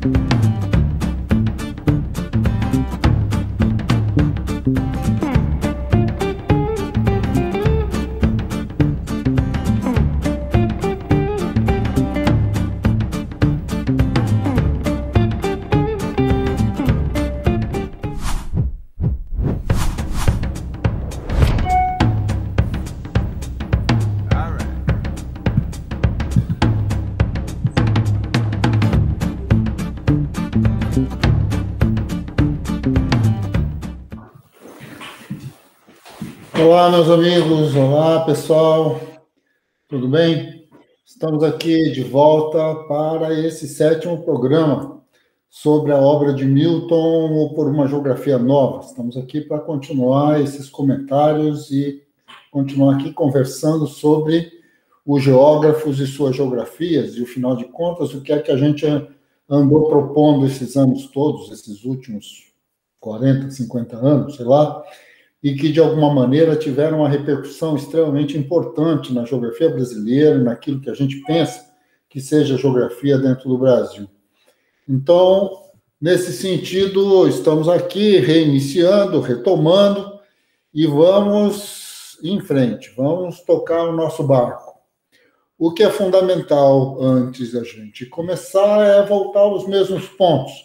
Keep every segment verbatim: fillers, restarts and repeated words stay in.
Olá, meus amigos, olá, pessoal, tudo bem? Estamos aqui de volta para esse sétimo programa sobre a obra de Milton ou Por uma Geografia Nova. Estamos aqui para continuar esses comentários e continuar aqui conversando sobre os geógrafos e suas geografias, e, no final de contas, o que é que a gente andou propondo esses anos todos, esses últimos quarenta, cinquenta anos, sei lá, e que, de alguma maneira, tiveram uma repercussão extremamente importante na geografia brasileira, naquilo que a gente pensa que seja geografia dentro do Brasil. Então, nesse sentido, estamos aqui reiniciando, retomando, e vamos em frente, vamos tocar o nosso barco. O que é fundamental antes da gente começar é voltar aos mesmos pontos.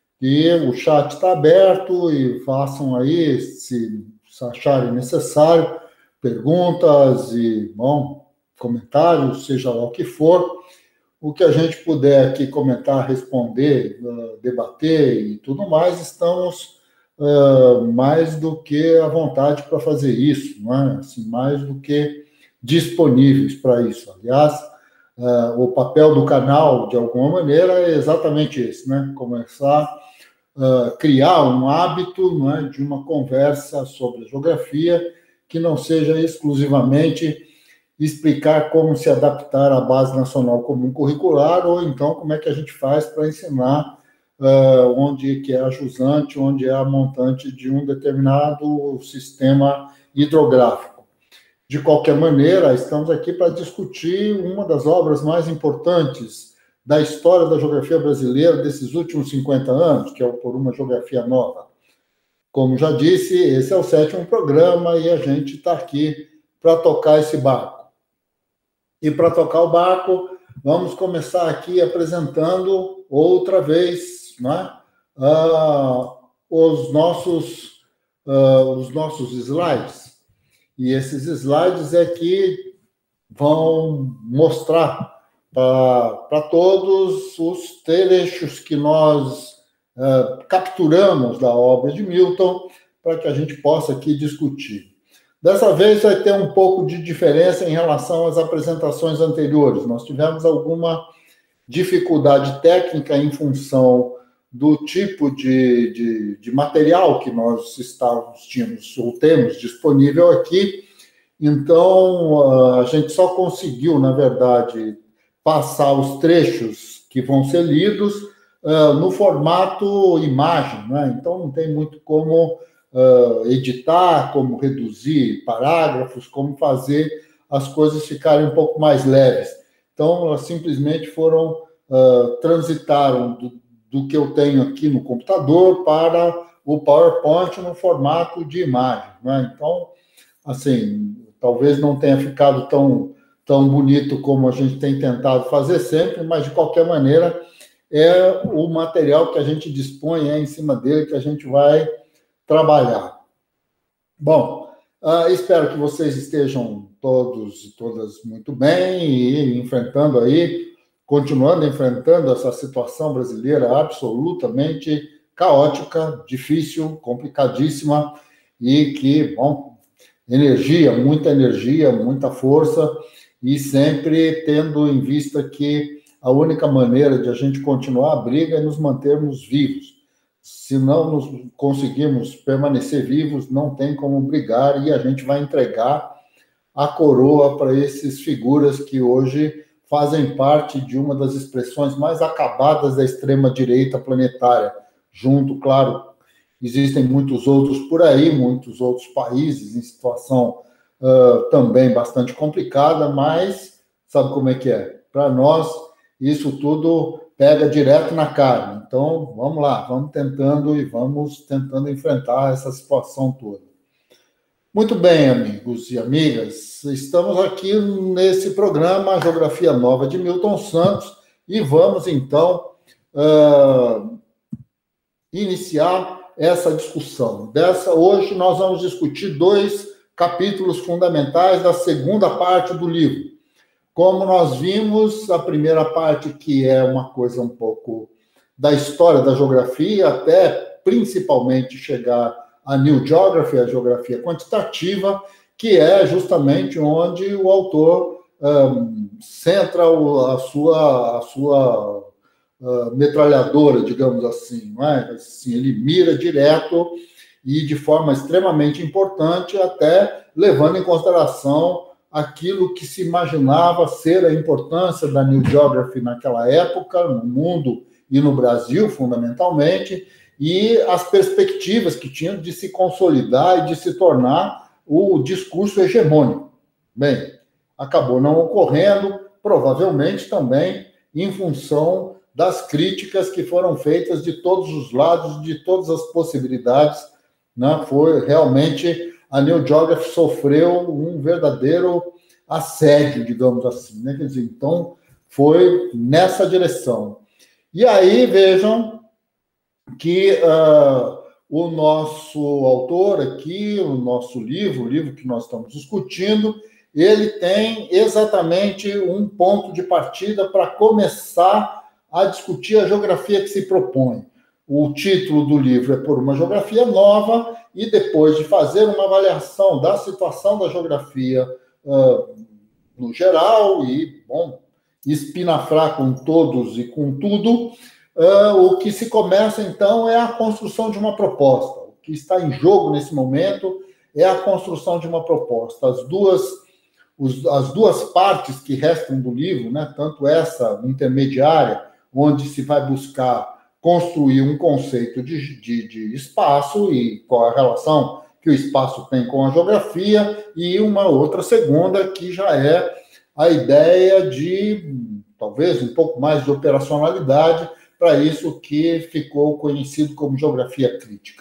E o chat está aberto e façam aí, se se acharem necessário, perguntas e, bom, comentários, seja lá o que for, o que a gente puder aqui comentar, responder, uh, debater e tudo mais, estamos uh, mais do que à vontade para fazer isso, não é? Assim, mais do que disponíveis para isso. Aliás, uh, o papel do canal, de alguma maneira, é exatamente esse, né? Começar Uh, criar um hábito, não é, de uma conversa sobre a geografia que não seja exclusivamente explicar como se adaptar à Base Nacional Comum Curricular, ou então como é que a gente faz para ensinar uh, onde que é a jusante, onde é a montante de um determinado sistema hidrográfico. De qualquer maneira, estamos aqui para discutir uma das obras mais importantes da história da geografia brasileira desses últimos cinquenta anos, que é o Por uma Geografia Nova. Como já disse, esse é o sétimo programa e a gente está aqui para tocar esse barco. E para tocar o barco, vamos começar aqui apresentando outra vez, não é? uh, os, nossos, uh, os nossos slides. E esses slides é que vão mostrar para todos os trechos que nós uh, capturamos da obra de Milton, para que a gente possa aqui discutir. Dessa vez vai ter um pouco de diferença em relação às apresentações anteriores. Nós tivemos alguma dificuldade técnica em função do tipo de, de, de material que nós estávamos, tínhamos ou temos disponível aqui. Então, uh, a gente só conseguiu, na verdade, passar os trechos que vão ser lidos uh, no formato imagem, né? Então não tem muito como uh, editar, como reduzir parágrafos, como fazer as coisas ficarem um pouco mais leves. Então, elas simplesmente foram, uh, transitaram do, do que eu tenho aqui no computador para o PowerPoint no formato de imagem, né? Então, assim, talvez não tenha ficado tão tão bonito como a gente tem tentado fazer sempre, mas, de qualquer maneira, é o material que a gente dispõe, é em cima dele que a gente vai trabalhar. Bom, uh, espero que vocês estejam todos e todas muito bem e enfrentando aí, continuando enfrentando essa situação brasileira absolutamente caótica, difícil, complicadíssima e que, bom, energia, muita energia, muita força, e sempre tendo em vista que a única maneira de a gente continuar a briga é nos mantermos vivos. Se não nos conseguirmos permanecer vivos, não tem como brigar e a gente vai entregar a coroa para esses figuras que hoje fazem parte de uma das expressões mais acabadas da extrema-direita planetária. Junto, claro, existem muitos outros por aí, muitos outros países em situação Uh, também bastante complicada, mas sabe como é que é? Para nós, isso tudo pega direto na carne. Então, vamos lá, vamos tentando e vamos tentando enfrentar essa situação toda. Muito bem, amigos e amigas, estamos aqui nesse programa Geografia Nova de Milton Santos e vamos, então, uh, iniciar essa discussão. Dessa, hoje nós vamos discutir dois capítulos fundamentais da segunda parte do livro. Como nós vimos, a primeira parte, que é uma coisa um pouco da história da geografia, até principalmente chegar a New Geography, a geografia quantitativa, que é justamente onde o autor um, centra a sua, a sua uh, metralhadora, digamos assim, não é? Assim, ele mira direto e de forma extremamente importante, até levando em consideração aquilo que se imaginava ser a importância da New Geography naquela época, no mundo e no Brasil, fundamentalmente, e as perspectivas que tinham de se consolidar e de se tornar o discurso hegemônico. Bem, acabou não ocorrendo, provavelmente também em função das críticas que foram feitas de todos os lados, de todas as possibilidades, né? Foi realmente, a New Geography sofreu um verdadeiro assédio, digamos assim, né? Quer dizer, então, foi nessa direção. E aí, vejam que uh, o nosso autor aqui, o nosso livro, o livro que nós estamos discutindo, ele tem exatamente um ponto de partida para começar a discutir a geografia que se propõe. O título do livro é Por uma Geografia Nova, e depois de fazer uma avaliação da situação da geografia uh, no geral, e, bom, espinafrar com todos e com tudo, uh, o que se começa, então, é a construção de uma proposta. O que está em jogo nesse momento é a construção de uma proposta. As duas, os, as duas partes que restam do livro, né, tanto essa intermediária, onde se vai buscar construir um conceito de, de, de espaço e qual a relação que o espaço tem com a geografia, e uma outra segunda, que já é a ideia de, talvez, um pouco mais de operacionalidade para isso que ficou conhecido como geografia crítica.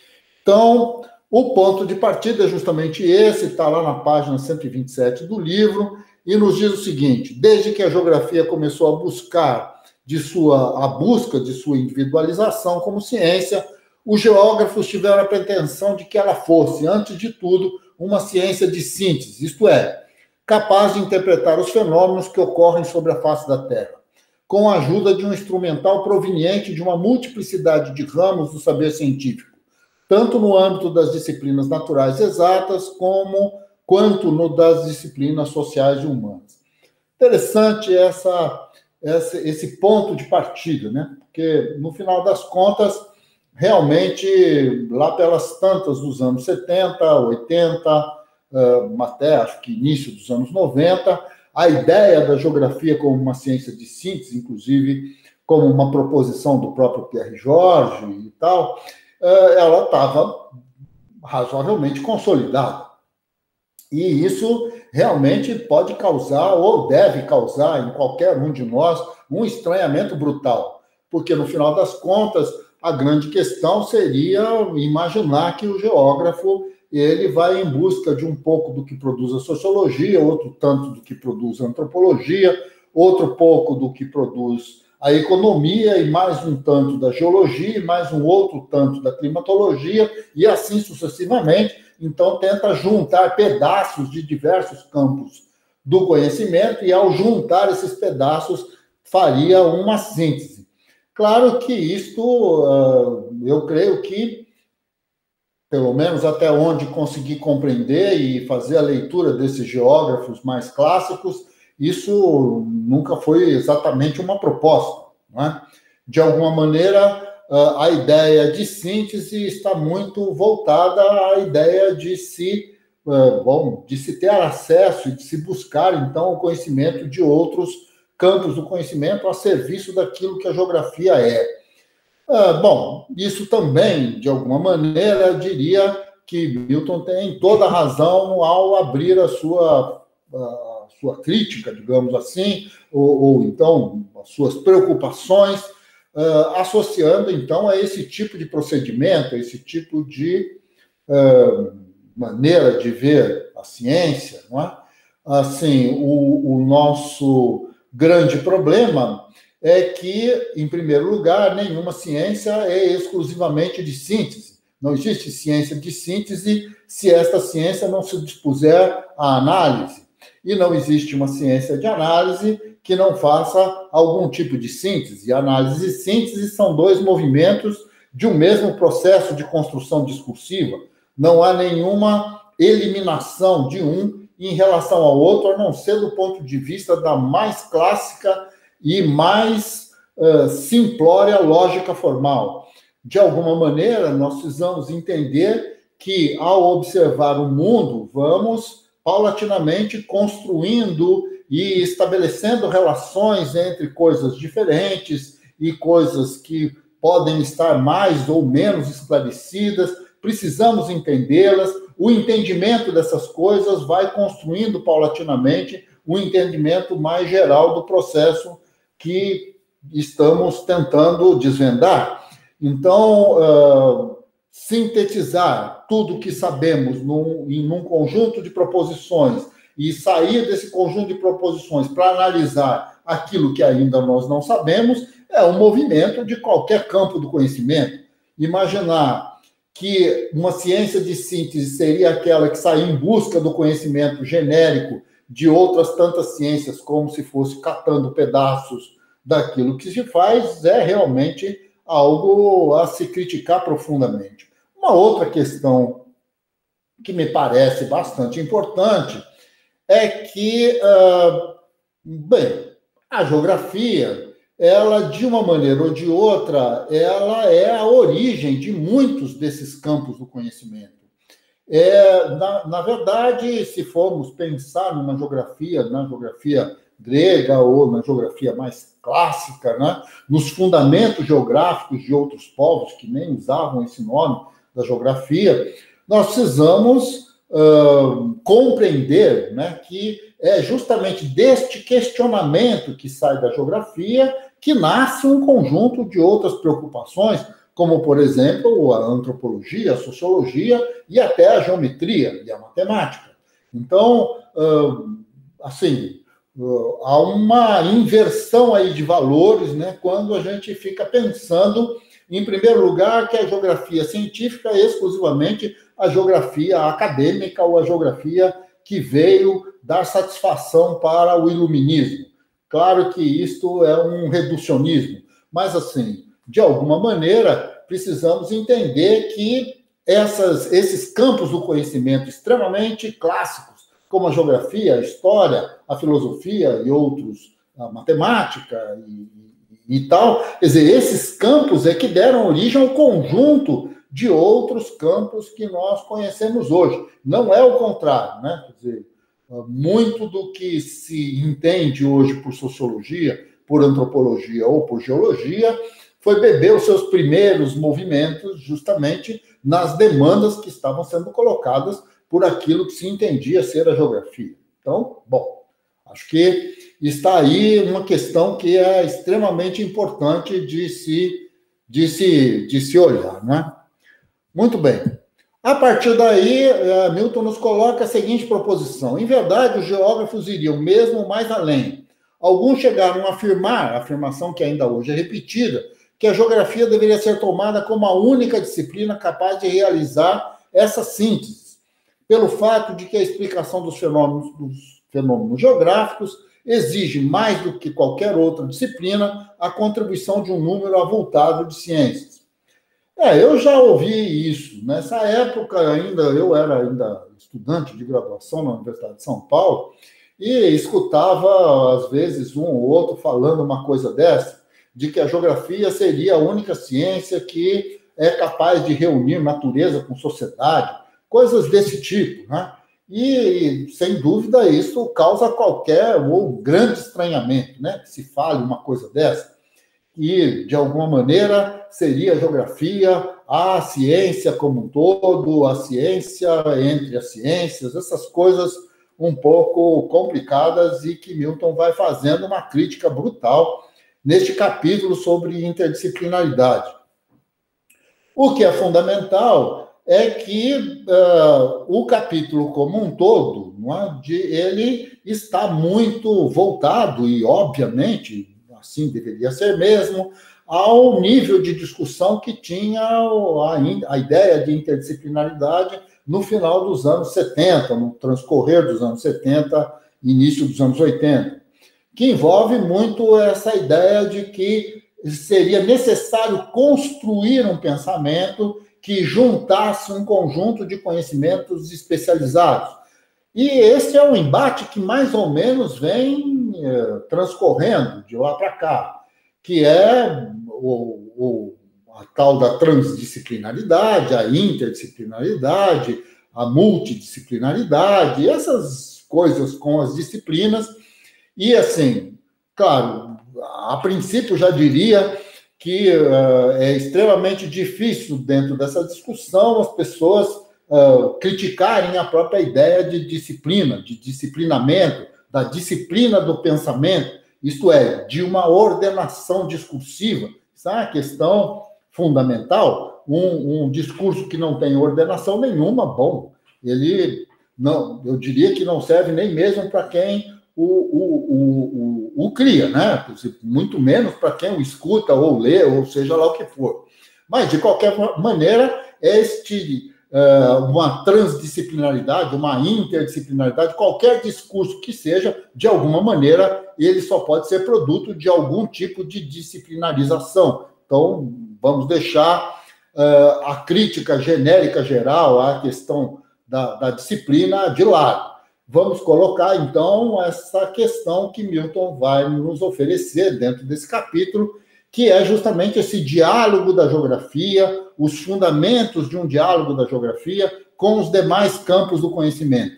Então, o ponto de partida é justamente esse, está lá na página cento e vinte e sete do livro, e nos diz o seguinte: desde que a geografia começou a buscar de sua, a busca de sua individualização como ciência, os geógrafos tiveram a pretensão de que ela fosse, antes de tudo, uma ciência de síntese, isto é, capaz de interpretar os fenômenos que ocorrem sobre a face da Terra, com a ajuda de um instrumental proveniente de uma multiplicidade de ramos do saber científico, tanto no âmbito das disciplinas naturais exatas, como quanto no das disciplinas sociais e humanas. Interessante essa... esse ponto de partida, né? Porque, no final das contas, realmente, lá pelas tantas dos anos setenta, oitenta, até acho que início dos anos noventa, a ideia da geografia como uma ciência de síntese, inclusive como uma proposição do próprio Pierre Jorge e tal, ela estava razoavelmente consolidada. E isso realmente pode causar, ou deve causar, em qualquer um de nós, um estranhamento brutal. Porque, no final das contas, a grande questão seria imaginar que o geógrafo ele vai em busca de um pouco do que produz a sociologia, outro tanto do que produz a antropologia, outro pouco do que produz a economia, e mais um tanto da geologia, e mais um outro tanto da climatologia, e assim sucessivamente. Então, tenta juntar pedaços de diversos campos do conhecimento e, ao juntar esses pedaços, faria uma síntese. Claro que isto, eu creio que, pelo menos até onde consegui compreender e fazer a leitura desses geógrafos mais clássicos, isso nunca foi exatamente uma proposta, não é? De alguma maneira, a ideia de síntese está muito voltada à ideia de se, bom, de se ter acesso e de se buscar, então, o conhecimento de outros campos do conhecimento a serviço daquilo que a geografia é. Bom, isso também, de alguma maneira, diria que Milton tem toda a razão ao abrir a sua, a sua crítica, digamos assim, ou, ou então as suas preocupações, uh, associando então a esse tipo de procedimento, a esse tipo de uh, maneira de ver a ciência, não é? Assim, o, o nosso grande problema é que, em primeiro lugar, nenhuma ciência é exclusivamente de síntese. Não existe ciência de síntese se esta ciência não se dispuser à análise. E não existe uma ciência de análise que não faça algum tipo de síntese. Análise e síntese são dois movimentos de um mesmo processo de construção discursiva. Não há nenhuma eliminação de um em relação ao outro, a não ser do ponto de vista da mais clássica e mais uh, simplória lógica formal. De alguma maneira, nós precisamos entender que, ao observar o mundo, vamos paulatinamente construindo e estabelecendo relações entre coisas diferentes e coisas que podem estar mais ou menos esclarecidas. Precisamos entendê-las. O entendimento dessas coisas vai construindo paulatinamente um entendimento mais geral do processo que estamos tentando desvendar. Então, uh, sintetizar tudo o que sabemos num, em um conjunto de proposições e sair desse conjunto de proposições para analisar aquilo que ainda nós não sabemos é um movimento de qualquer campo do conhecimento. Imaginar que uma ciência de síntese seria aquela que sai em busca do conhecimento genérico de outras tantas ciências, como se fosse catando pedaços daquilo que se faz, é realmente algo a se criticar profundamente. Uma outra questão que me parece bastante importante é que, uh, bem, a geografia, ela, de uma maneira ou de outra, ela é a origem de muitos desses campos do conhecimento. É, na, na verdade, se formos pensar numa geografia, na geografia grega ou na geografia mais clássica, né, nos fundamentos geográficos de outros povos que nem usavam esse nome da geografia, nós precisamos uh, compreender, né, que é justamente deste questionamento que sai da geografia que nasce um conjunto de outras preocupações, como, por exemplo, a antropologia, a sociologia e até a geometria e a matemática. Então, assim, há uma inversão aí de valores, né, quando a gente fica pensando, em primeiro lugar, que a geografia científica é exclusivamente a geografia acadêmica ou a geografia que veio dar satisfação para o iluminismo. Claro que isto é um reducionismo, mas, assim, de alguma maneira, precisamos entender que essas, esses campos do conhecimento extremamente clássicos, como a geografia, a história, a filosofia e outros, a matemática e, e, e tal, quer dizer, esses campos é que deram origem ao conjunto de outros campos que nós conhecemos hoje. Não é o contrário, né? Quer dizer, muito do que se entende hoje por sociologia, por antropologia ou por geologia, foi beber os seus primeiros movimentos justamente nas demandas que estavam sendo colocadas por aquilo que se entendia ser a geografia. Então, bom, acho que está aí uma questão que é extremamente importante de se, de se, de se olhar, né? Muito bem. A partir daí, Milton nos coloca a seguinte proposição. Em verdade, os geógrafos iriam mesmo mais além. Alguns chegaram a afirmar, a afirmação que ainda hoje é repetida, que a geografia deveria ser tomada como a única disciplina capaz de realizar essa síntese, pelo fato de que a explicação dos fenômenos, dos fenômenos geográficos exige, mais do que qualquer outra disciplina, a contribuição de um número avultado de ciências. É, eu já ouvi isso. Nessa época, ainda eu era ainda estudante de graduação na Universidade de São Paulo e escutava, às vezes, um ou outro falando uma coisa dessa, de que a geografia seria a única ciência que é capaz de reunir natureza com sociedade, coisas desse tipo, né? E, sem dúvida, isso causa qualquer ou grande estranhamento, né? Que se fale uma coisa dessa. E, de alguma maneira, seria a geografia, a ciência como um todo, a ciência entre as ciências, essas coisas um pouco complicadas e que Milton vai fazendo uma crítica brutal neste capítulo sobre interdisciplinaridade. O que é fundamental é que uh, o capítulo como um todo, não é, de, ele está muito voltado, e obviamente assim deveria ser mesmo, ao nível de discussão que tinha a, a ideia de interdisciplinaridade no final dos anos setenta, no transcorrer dos anos setenta, início dos anos oitenta, que envolve muito essa ideia de que seria necessário construir um pensamento que juntasse um conjunto de conhecimentos especializados. E esse é um embate que mais ou menos vem eh, transcorrendo de lá para cá, que é o, o, a tal da transdisciplinaridade, a interdisciplinaridade, a multidisciplinaridade, essas coisas com as disciplinas. E, assim, claro, a princípio já diria que uh, é extremamente difícil, dentro dessa discussão, as pessoas uh, criticarem a própria ideia de disciplina, de disciplinamento, da disciplina do pensamento, isto é, de uma ordenação discursiva. Isso é uma questão fundamental. Um, um discurso que não tem ordenação nenhuma, bom, ele, não, eu diria que não serve nem mesmo para quem o, o, o, o, o cria, né? Muito menos para quem o escuta ou lê, ou seja lá o que for. Mas, de qualquer maneira, este, uh, uma transdisciplinaridade, uma interdisciplinaridade, qualquer discurso que seja, de alguma maneira, ele só pode ser produto de algum tipo de disciplinarização. Então, vamos deixar uh, a crítica genérica geral à questão da, da disciplina de lado. Vamos colocar, então, essa questão que Milton vai nos oferecer dentro desse capítulo, que é justamente esse diálogo da geografia, os fundamentos de um diálogo da geografia com os demais campos do conhecimento.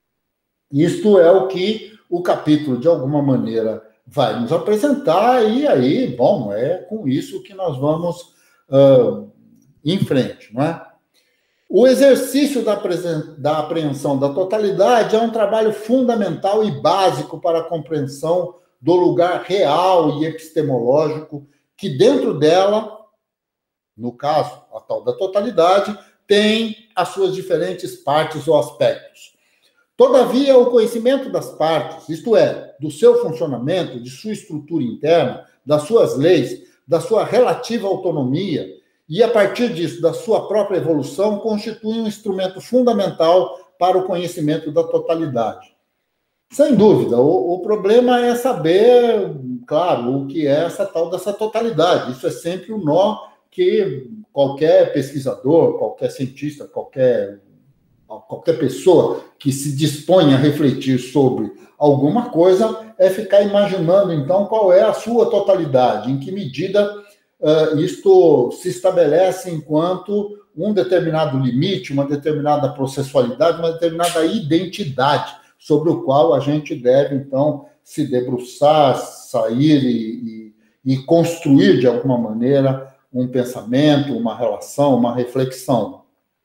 Isto é o que o capítulo, de alguma maneira, vai nos apresentar, e aí, bom, é com isso que nós vamos uh, em frente, não é? O exercício da, da apreensão da totalidade é um trabalho fundamental e básico para a compreensão do lugar real e epistemológico que dentro dela, no caso, a tal da totalidade, tem as suas diferentes partes ou aspectos. Todavia, o conhecimento das partes, isto é, do seu funcionamento, de sua estrutura interna, das suas leis, da sua relativa autonomia, e, a partir disso, da sua própria evolução, constitui um instrumento fundamental para o conhecimento da totalidade. Sem dúvida, o, o problema é saber, claro, o que é essa tal dessa totalidade. Isso é sempre um nó que qualquer pesquisador, qualquer cientista, qualquer, qualquer pessoa que se dispõe a refletir sobre alguma coisa é ficar imaginando, então, qual é a sua totalidade, em que medida Uh, isto se estabelece enquanto um determinado limite, uma determinada processualidade, uma determinada identidade sobre o qual a gente deve, então, se debruçar, sair e, e, e construir, de alguma maneira, um pensamento, uma relação, uma reflexão.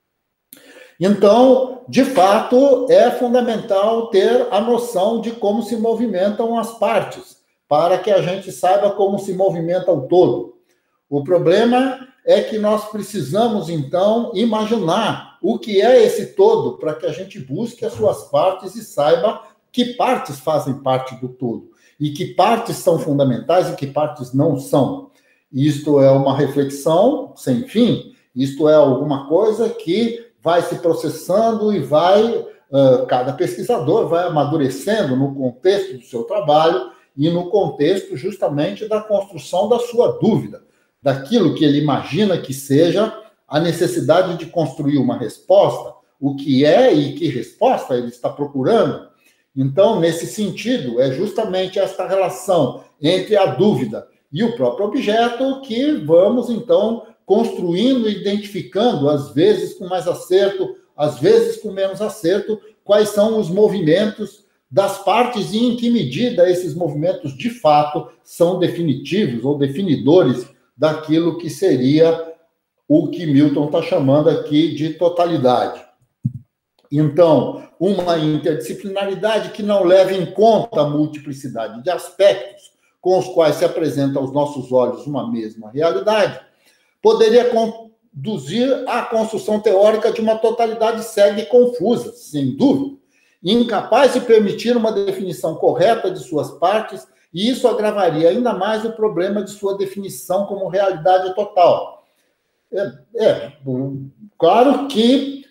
Então, de fato, é fundamental ter a noção de como se movimentam as partes, para que a gente saiba como se movimenta o todo. O problema é que nós precisamos, então, imaginar o que é esse todo, para que a gente busque as suas partes e saiba que partes fazem parte do todo, e que partes são fundamentais e que partes não são. Isto é uma reflexão sem fim, isto é alguma coisa que vai se processando e vai, uh, cada pesquisador vai amadurecendo no contexto do seu trabalho e no contexto justamente da construção da sua dúvida, daquilo que ele imagina que seja a necessidade de construir uma resposta, o que é e que resposta ele está procurando. Então, nesse sentido, é justamente esta relação entre a dúvida e o próprio objeto que vamos, então, construindo e identificando, às vezes com mais acerto, às vezes com menos acerto, quais são os movimentos das partes e em que medida esses movimentos, de fato, são definitivos ou definidores daquilo que seria o que Milton está chamando aqui de totalidade. então, uma interdisciplinaridade que não leva em conta a multiplicidade de aspectos com os quais se apresenta aos nossos olhos uma mesma realidade, poderia conduzir à construção teórica de uma totalidade cega e confusa, sem dúvida, incapaz de permitir uma definição correta de suas partes, e isso agravaria ainda mais o problema de sua definição como realidade total. É, é claro que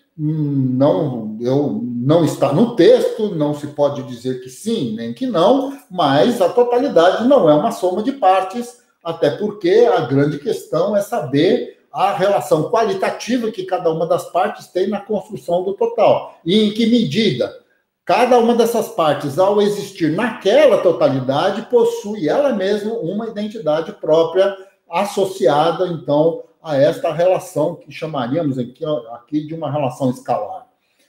não, eu, não está no texto, não se pode dizer que sim, nem que não, mas a totalidade não é uma soma de partes, até porque a grande questão é saber a relação qualitativa que cada uma das partes tem na construção do total, e em que medida cada uma dessas partes, ao existir naquela totalidade, possui ela mesma uma identidade própria associada, então, a esta relação que chamaríamos aqui, aqui de uma relação escalar.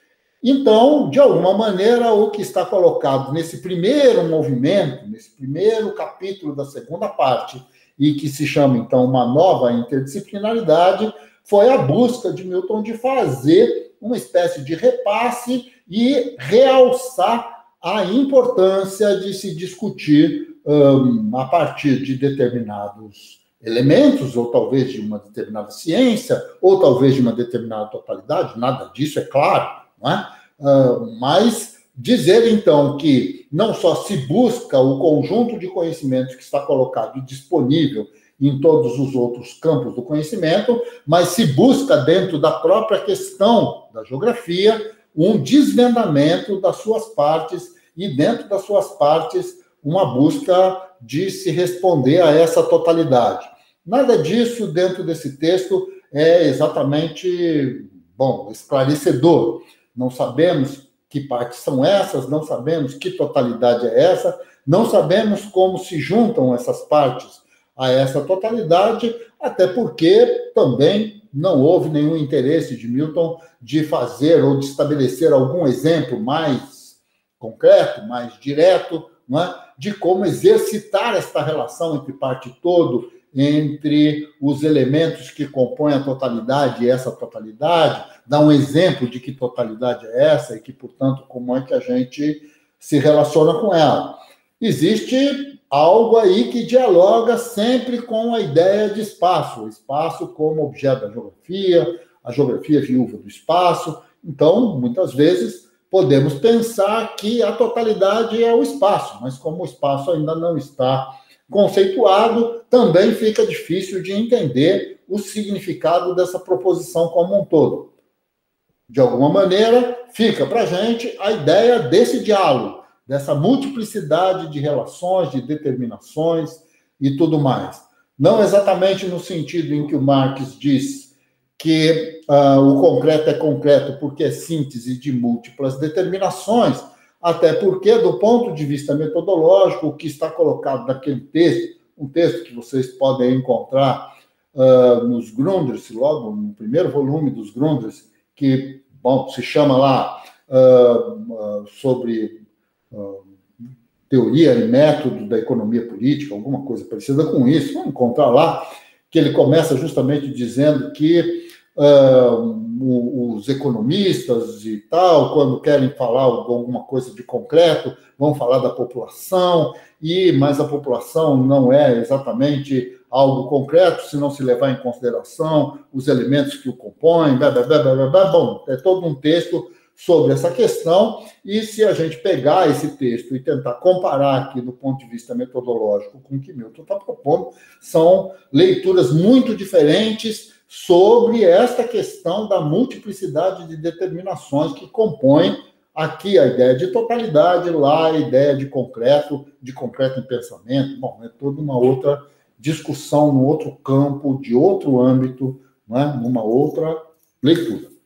Então, de alguma maneira, o que está colocado nesse primeiro movimento, nesse primeiro capítulo da segunda parte, e que se chama, então, uma nova interdisciplinaridade, foi a busca de Milton de fazer uma espécie de repasse e realçar a importância de se discutir um, a partir de determinados elementos, ou talvez de uma determinada ciência, ou talvez de uma determinada totalidade, nada disso, é claro, não é? Uh, mas dizer, então, que não só se busca o conjunto de conhecimentos que está colocado e disponível em todos os outros campos do conhecimento, mas se busca dentro da própria questão da geografia um desvendamento das suas partes e dentro das suas partes uma busca de se responder a essa totalidade. Nada disso dentro desse texto é exatamente, bom, esclarecedor. Não sabemos que partes são essas, não sabemos que totalidade é essa, não sabemos como se juntam essas partes a essa totalidade, até porque também não houve nenhum interesse de Milton de fazer ou de estabelecer algum exemplo mais concreto, mais direto, não é? De como exercitar esta relação entre parte e todo, entre os elementos que compõem a totalidade e essa totalidade, dar um exemplo de que totalidade é essa e que, portanto, como é que a gente se relaciona com ela. Existe algo aí que dialoga sempre com a ideia de espaço, o espaço como objeto da geografia, a geografia viúva do espaço. Então, muitas vezes, podemos pensar que a totalidade é o espaço, mas como o espaço ainda não está conceituado, também fica difícil de entender o significado dessa proposição como um todo. De alguma maneira, fica para a gente a ideia desse diálogo, dessa multiplicidade de relações, de determinações e tudo mais. Não exatamente no sentido em que o Marx diz que uh, o concreto é concreto porque é síntese de múltiplas determinações, até porque, do ponto de vista metodológico, o que está colocado naquele texto, um texto que vocês podem encontrar uh, nos Grundrisse, logo no primeiro volume dos Grundrisse, que, bom, se chama lá uh, uh, sobre uh, teoria e método da economia política, alguma coisa parecida com isso, vamos encontrar lá, que ele começa justamente dizendo que uh, os economistas e tal, quando querem falar alguma coisa de concreto, vão falar da população, e mas a população não é exatamente algo concreto se não se levar em consideração os elementos que o compõem, blá, blá, blá, blá, blá. Bom, é todo um texto sobre essa questão, e se a gente pegar esse texto e tentar comparar aqui do ponto de vista metodológico com o que Milton está propondo, são leituras muito diferentes sobre esta questão da multiplicidade de determinações que compõem aqui a ideia de totalidade, lá a ideia de concreto, de concreto em pensamento. Bom, é toda uma outra discussão, num outro campo, de outro âmbito, não é? Numa outra leitura.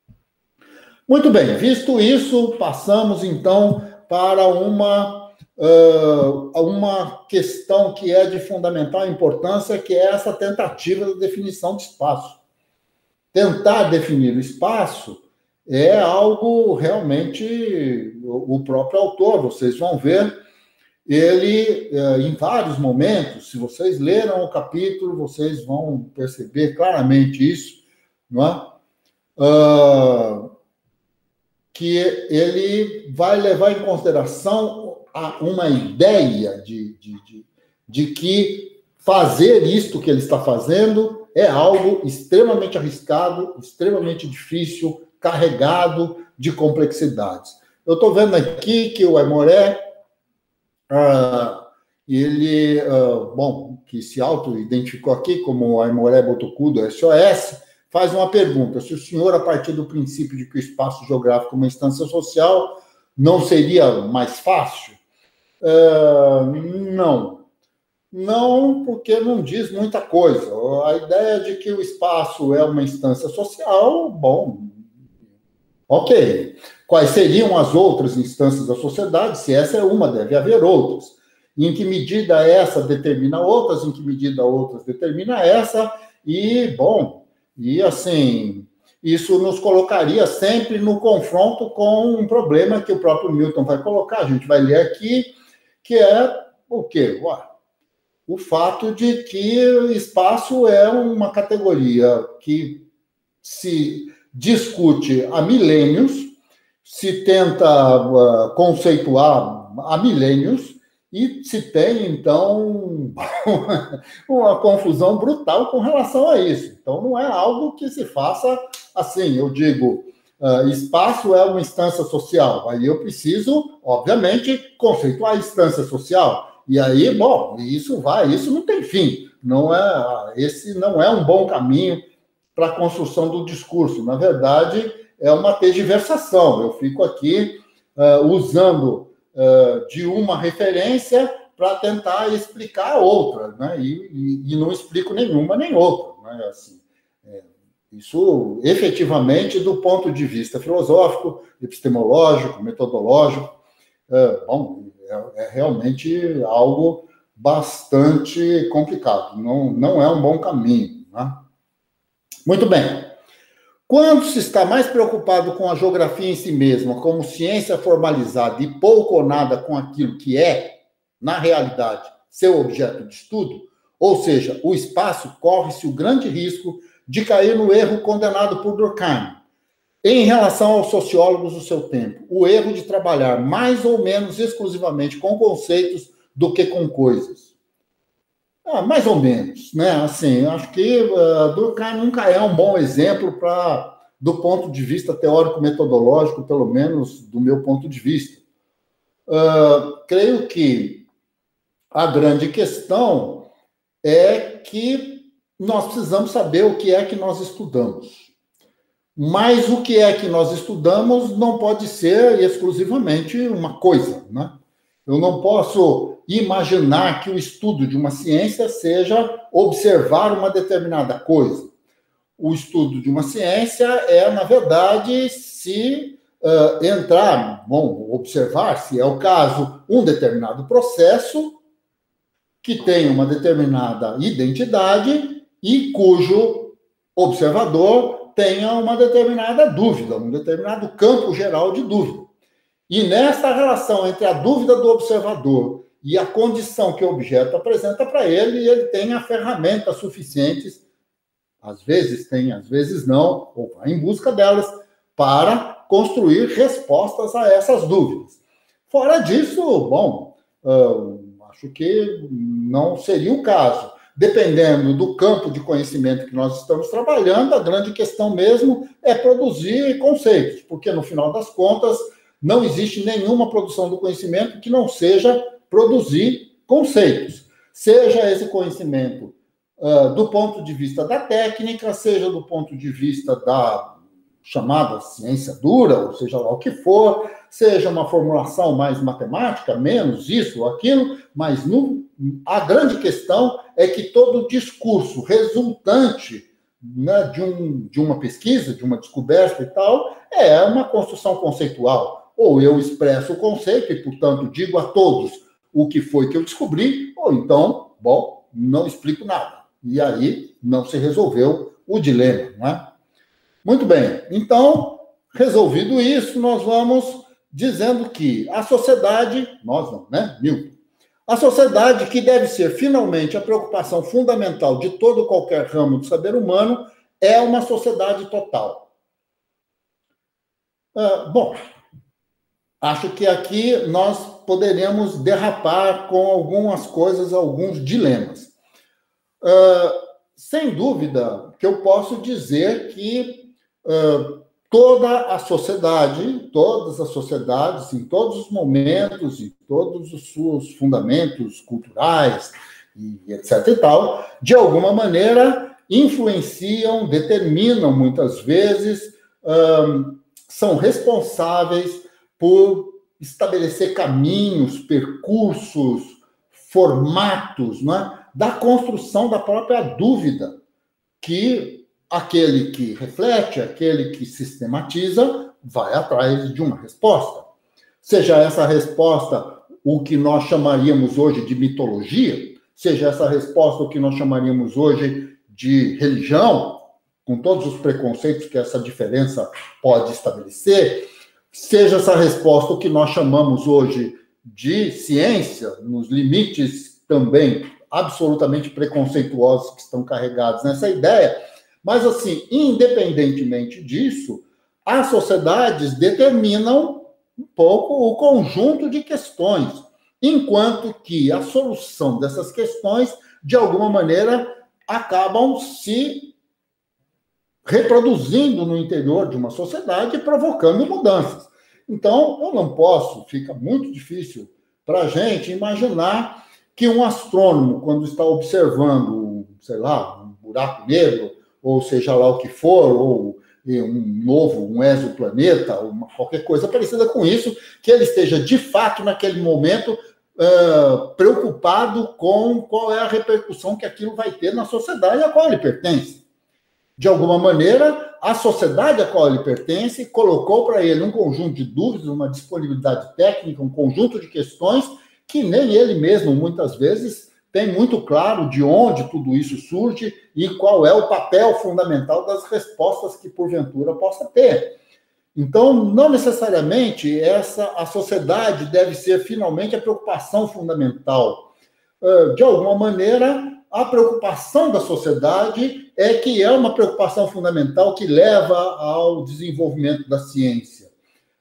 Muito bem, visto isso, passamos então para uma, uh, uma questão que é de fundamental importância, que é essa tentativa da definição de espaço. Tentar definir o espaço é algo realmente, o próprio autor, vocês vão ver, ele, em vários momentos, se vocês leram o capítulo, vocês vão perceber claramente isso, não é? Uh, que ele vai levar em consideração uma ideia de, de, de, de que fazer isto que ele está fazendo é algo extremamente arriscado, extremamente difícil, carregado de complexidades. Eu estou vendo aqui que o Aimoré, ah, ele, ah, bom, que se auto-identificou aqui como Aimoré Botocudo S O S, faz uma pergunta: se o senhor, a partir do princípio de que o espaço geográfico é uma instância social, não seria mais fácil? Uh, não. Não, porque não diz muita coisa. A ideia de que o espaço é uma instância social, bom, ok. Quais seriam as outras instâncias da sociedade? Se essa é uma, deve haver outras. Em que medida essa determina outras, em que medida outras determina essa, e, bom, e assim, isso nos colocaria sempre no confronto com um problema que o próprio Milton vai colocar, a gente vai ler aqui, que é o quê? Ué, o fato de que espaço é uma categoria que se discute há milênios, se tenta uh, conceituar há milênios, e se tem, então, uma confusão brutal com relação a isso. Então, não é algo que se faça assim. Eu digo, uh, espaço é uma instância social. Aí eu preciso, obviamente, conceituar a instância social. E aí, bom, isso vai, isso não tem fim. Não é, esse não é um bom caminho para a construção do discurso. Na verdade, é uma tergiversação. Eu fico aqui uh, usando uh, de uma referência para tentar explicar a outra, né? E, e, e não explico nenhuma nem outra, né? Assim, é, isso, efetivamente, do ponto de vista filosófico, epistemológico, metodológico, é, bom, é, é realmente algo bastante complicado. Não, não é um bom caminho, né? Muito bem. Quando se está mais preocupado com a geografia em si mesma, como ciência formalizada, e pouco ou nada com aquilo que é, na realidade, seu objeto de estudo, ou seja, o espaço, corre-se o grande risco de cair no erro condenado por Durkheim, em relação aos sociólogos do seu tempo, o erro de trabalhar mais ou menos exclusivamente com conceitos do que com coisas. Ah, mais ou menos, né? Assim, acho que uh, Durkheim nunca é um bom exemplo para, do ponto de vista teórico-metodológico, pelo menos do meu ponto de vista. Uh, creio que a grande questão é que nós precisamos saber o que é que nós estudamos. Mas o que é que nós estudamos não pode ser exclusivamente uma coisa, né? Eu não posso imaginar que o estudo de uma ciência seja observar uma determinada coisa. O estudo de uma ciência é, na verdade, se uh, entrar, bom, observar, se é o caso, um determinado processo que tem uma determinada identidade e cujo observador tenha uma determinada dúvida, um determinado campo geral de dúvida. E nessa relação entre a dúvida do observador e a condição que o objeto apresenta para ele, ele tem as ferramentas suficientes, às vezes tem, às vezes não, ou vai em busca delas, para construir respostas a essas dúvidas. Fora disso, bom, uh, acho que não seria o caso. Dependendo do campo de conhecimento que nós estamos trabalhando, a grande questão mesmo é produzir conceitos, porque, no final das contas, não existe nenhuma produção do conhecimento que não seja produzir conceitos. Seja esse conhecimento uh, do ponto de vista da técnica, seja do ponto de vista da chamada ciência dura, ou seja lá o que for, seja uma formulação mais matemática, menos isso ou aquilo, mas no, a grande questão é que todo discurso resultante, né, de, um, de uma pesquisa, de uma descoberta e tal, é uma construção conceitual. Ou eu expresso o conceito e, portanto, digo a todos o que foi que eu descobri, ou então, bom, não explico nada. E aí não se resolveu o dilema, não é? Muito bem. Então, resolvido isso, nós vamos dizendo que a sociedade, nós não, né, Milton? A sociedade, que deve ser finalmente a preocupação fundamental de todo qualquer ramo do saber humano, é uma sociedade total. Uh, bom, acho que aqui nós poderíamos derrapar com algumas coisas, alguns dilemas. Uh, sem dúvida que eu posso dizer que uh, toda a sociedade, todas as sociedades, em todos os momentos, em todos os seus fundamentos culturais, e etc e tal, de alguma maneira influenciam, determinam muitas vezes, um, são responsáveis por estabelecer caminhos, percursos, formatos, não é? Da construção da própria dúvida, que aquele que reflete, aquele que sistematiza, vai atrás de uma resposta. Seja essa resposta o que nós chamaríamos hoje de mitologia, seja essa resposta o que nós chamaríamos hoje de religião, com todos os preconceitos que essa diferença pode estabelecer, seja essa resposta o que nós chamamos hoje de ciência, nos limites também absolutamente preconceituosos que estão carregados nessa ideia, mas, assim, independentemente disso, as sociedades determinam um pouco o conjunto de questões, enquanto que a solução dessas questões, de alguma maneira, acabam se reproduzindo no interior de uma sociedade e provocando mudanças. Então, eu não posso, fica muito difícil para a gente imaginar que um astrônomo, quando está observando, sei lá, um buraco negro, ou seja lá o que for, ou um novo, um exoplaneta, uma, qualquer coisa parecida com isso, que ele esteja, de fato, naquele momento, uh, preocupado com qual é a repercussão que aquilo vai ter na sociedade a qual ele pertence. De alguma maneira, a sociedade a qual ele pertence colocou para ele um conjunto de dúvidas, uma disponibilidade técnica, um conjunto de questões que nem ele mesmo, muitas vezes, tem muito claro de onde tudo isso surge e qual é o papel fundamental das respostas que, porventura, possa ter. Então, não necessariamente essa, a sociedade deve ser, finalmente, a preocupação fundamental. De alguma maneira, a preocupação da sociedade é que é uma preocupação fundamental que leva ao desenvolvimento da ciência.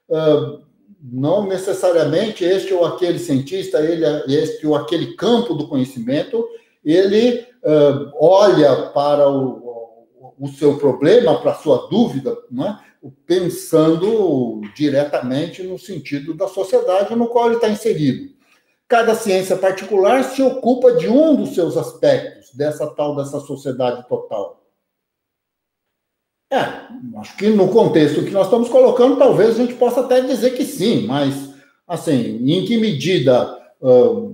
Não necessariamente este ou aquele cientista, ele, este ou aquele campo do conhecimento, ele uh, olha para o, o seu problema, para a sua dúvida, não é? Pensando diretamente no sentido da sociedade no qual ele está inserido. Cada ciência particular se ocupa de um dos seus aspectos, dessa tal, dessa sociedade total. É, acho que no contexto que nós estamos colocando, talvez a gente possa até dizer que sim, mas, assim, em que medida uh,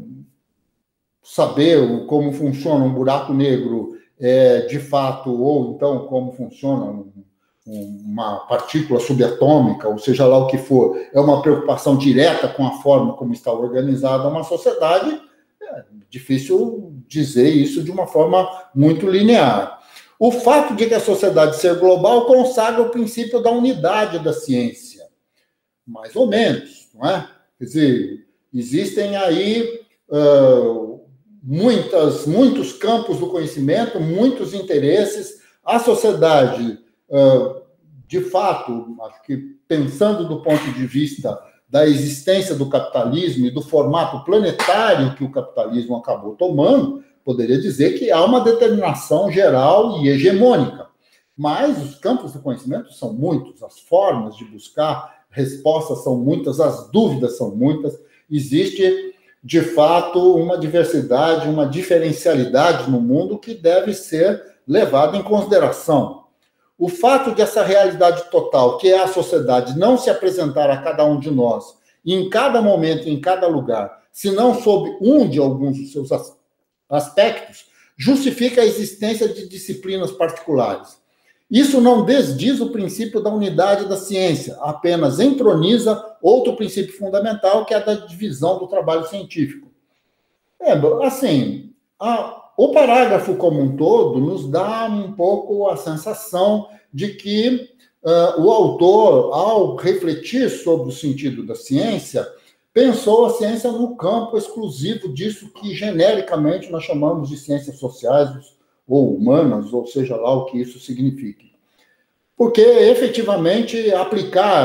saber como funciona um buraco negro é, de fato, ou então como funciona um, uma partícula subatômica, ou seja lá o que for, é uma preocupação direta com a forma como está organizada uma sociedade, é difícil dizer isso de uma forma muito linear. O fato de que a sociedade ser global consagra o princípio da unidade da ciência. Mais ou menos, não é? Quer dizer, existem aí uh, muitas, muitos campos do conhecimento, muitos interesses. A sociedade, uh, de fato, acho que pensando do ponto de vista da existência do capitalismo e do formato planetário que o capitalismo acabou tomando, poderia dizer que há uma determinação geral e hegemônica. Mas os campos do conhecimento são muitos, as formas de buscar respostas são muitas, as dúvidas são muitas. Existe, de fato, uma diversidade, uma diferencialidade no mundo que deve ser levada em consideração. O fato de essa realidade total, que é a sociedade, não se apresentar a cada um de nós, em cada momento, em cada lugar, senão sob um de alguns dos seus aspectos, aspectos, justifica a existência de disciplinas particulares. Isso não desdiz o princípio da unidade da ciência, apenas entroniza outro princípio fundamental, que é a da divisão do trabalho científico. É, assim, a, o parágrafo como um todo nos dá um pouco a sensação de que uh, o autor, ao refletir sobre o sentido da ciência, pensou a ciência no campo exclusivo disso que genericamente nós chamamos de ciências sociais ou humanas, ou seja lá o que isso signifique. Porque, efetivamente, aplicar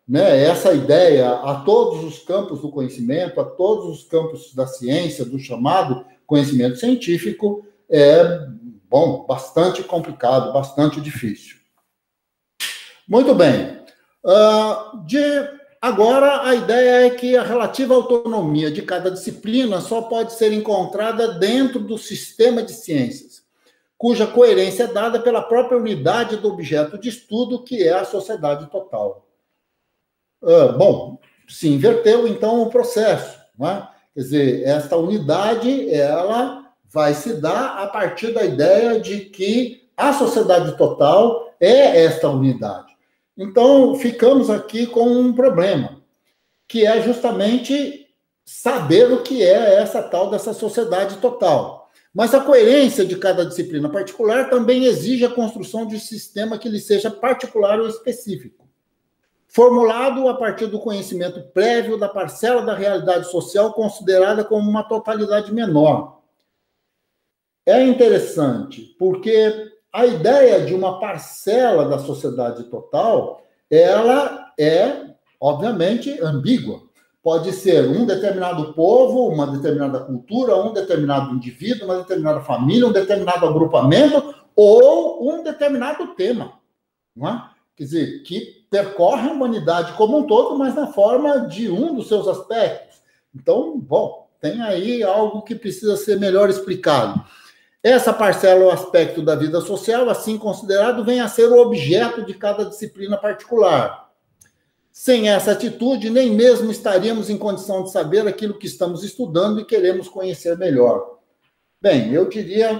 né, essa ideia a todos os campos do conhecimento, a todos os campos da ciência, do chamado conhecimento científico, é, bom, bastante complicado, bastante difícil. Muito bem. Uh, de, agora, a ideia é que a relativa autonomia de cada disciplina só pode ser encontrada dentro do sistema de ciências, cuja coerência é dada pela própria unidade do objeto de estudo, que é a sociedade total. Uh, bom, se inverteu, então, o processo, não é? Quer dizer, esta unidade, ela vai se dar a partir da ideia de que a sociedade total é esta unidade. Então, ficamos aqui com um problema, que é justamente saber o que é essa tal dessa sociedade total. Mas a coerência de cada disciplina particular também exige a construção de um sistema que lhe seja particular ou específico, formulado a partir do conhecimento prévio da parcela da realidade social considerada como uma totalidade menor. É interessante, porque a ideia de uma parcela da sociedade total, ela é, obviamente, ambígua. Pode ser um determinado povo, uma determinada cultura, um determinado indivíduo, uma determinada família, um determinado agrupamento ou um determinado tema, não é? Quer dizer, que percorre a humanidade como um todo, mas na forma de um dos seus aspectos. Então, bom, tem aí algo que precisa ser melhor explicado. Essa parcela ou aspecto da vida social, assim considerado, vem a ser o objeto de cada disciplina particular. Sem essa atitude, nem mesmo estaríamos em condição de saber aquilo que estamos estudando e queremos conhecer melhor. Bem, eu diria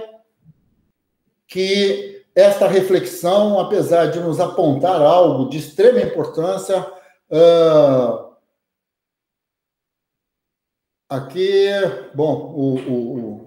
que esta reflexão, apesar de nos apontar algo de extrema importância, uh, aqui, bom, o, o,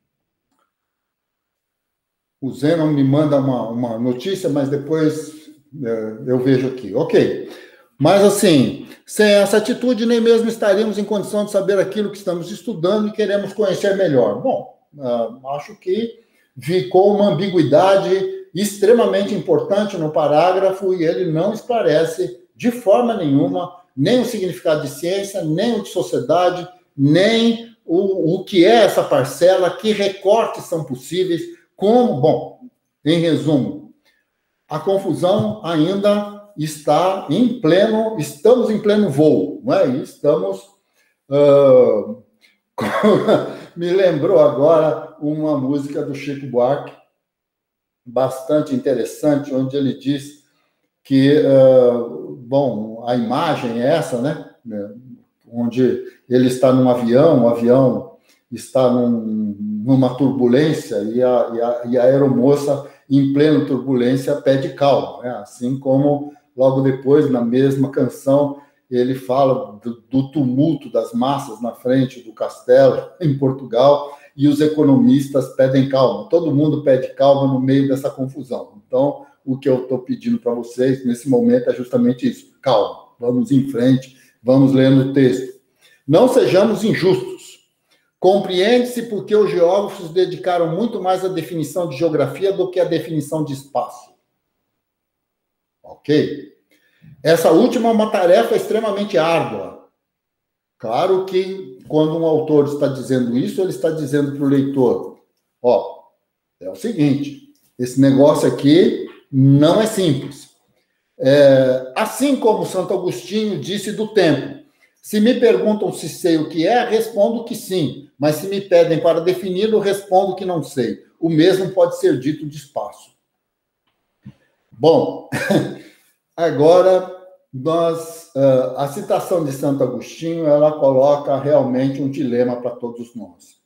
o Zenon me manda uma, uma notícia, mas depois uh, eu vejo aqui. Ok. Mas, assim, sem essa atitude, nem mesmo estaríamos em condição de saber aquilo que estamos estudando e queremos conhecer melhor. Bom, uh, acho que ficou uma ambiguidade extremamente importante no parágrafo e ele não esclarece de forma nenhuma nem o significado de ciência, nem o de sociedade, nem o, o que é essa parcela, que recortes são possíveis, como, bom, em resumo, a confusão ainda está em pleno, estamos em pleno voo, não é? Estamos, uh, me lembrou agora uma música do Chico Buarque, bastante interessante, onde ele diz que, uh, bom, a imagem é essa, né? Onde ele está num avião, o avião está num, numa turbulência e a, e, a, e a aeromoça, em plena turbulência, pede calma, né? Assim como, logo depois, na mesma canção, ele fala do, do tumulto das massas na frente do castelo, em Portugal, e os economistas pedem calma. Todo mundo pede calma no meio dessa confusão. Então, o que eu estou pedindo para vocês nesse momento é justamente isso. Calma, vamos em frente, vamos lendo o texto. Não sejamos injustos. Compreende-se porque os geógrafos dedicaram muito mais à definição de geografia do que à definição de espaço. Ok? Essa última é uma tarefa extremamente árdua. Claro que, quando um autor está dizendo isso, ele está dizendo para o leitor, ó, é o seguinte, esse negócio aqui não é simples. É, assim como Santo Agostinho disse do tempo, se me perguntam se sei o que é, respondo que sim, mas se me pedem para defini-lo, respondo que não sei. O mesmo pode ser dito de espaço. Bom, agora... Nós, uh, a citação de Santo Agostinho, ela coloca realmente um dilema para todos nós.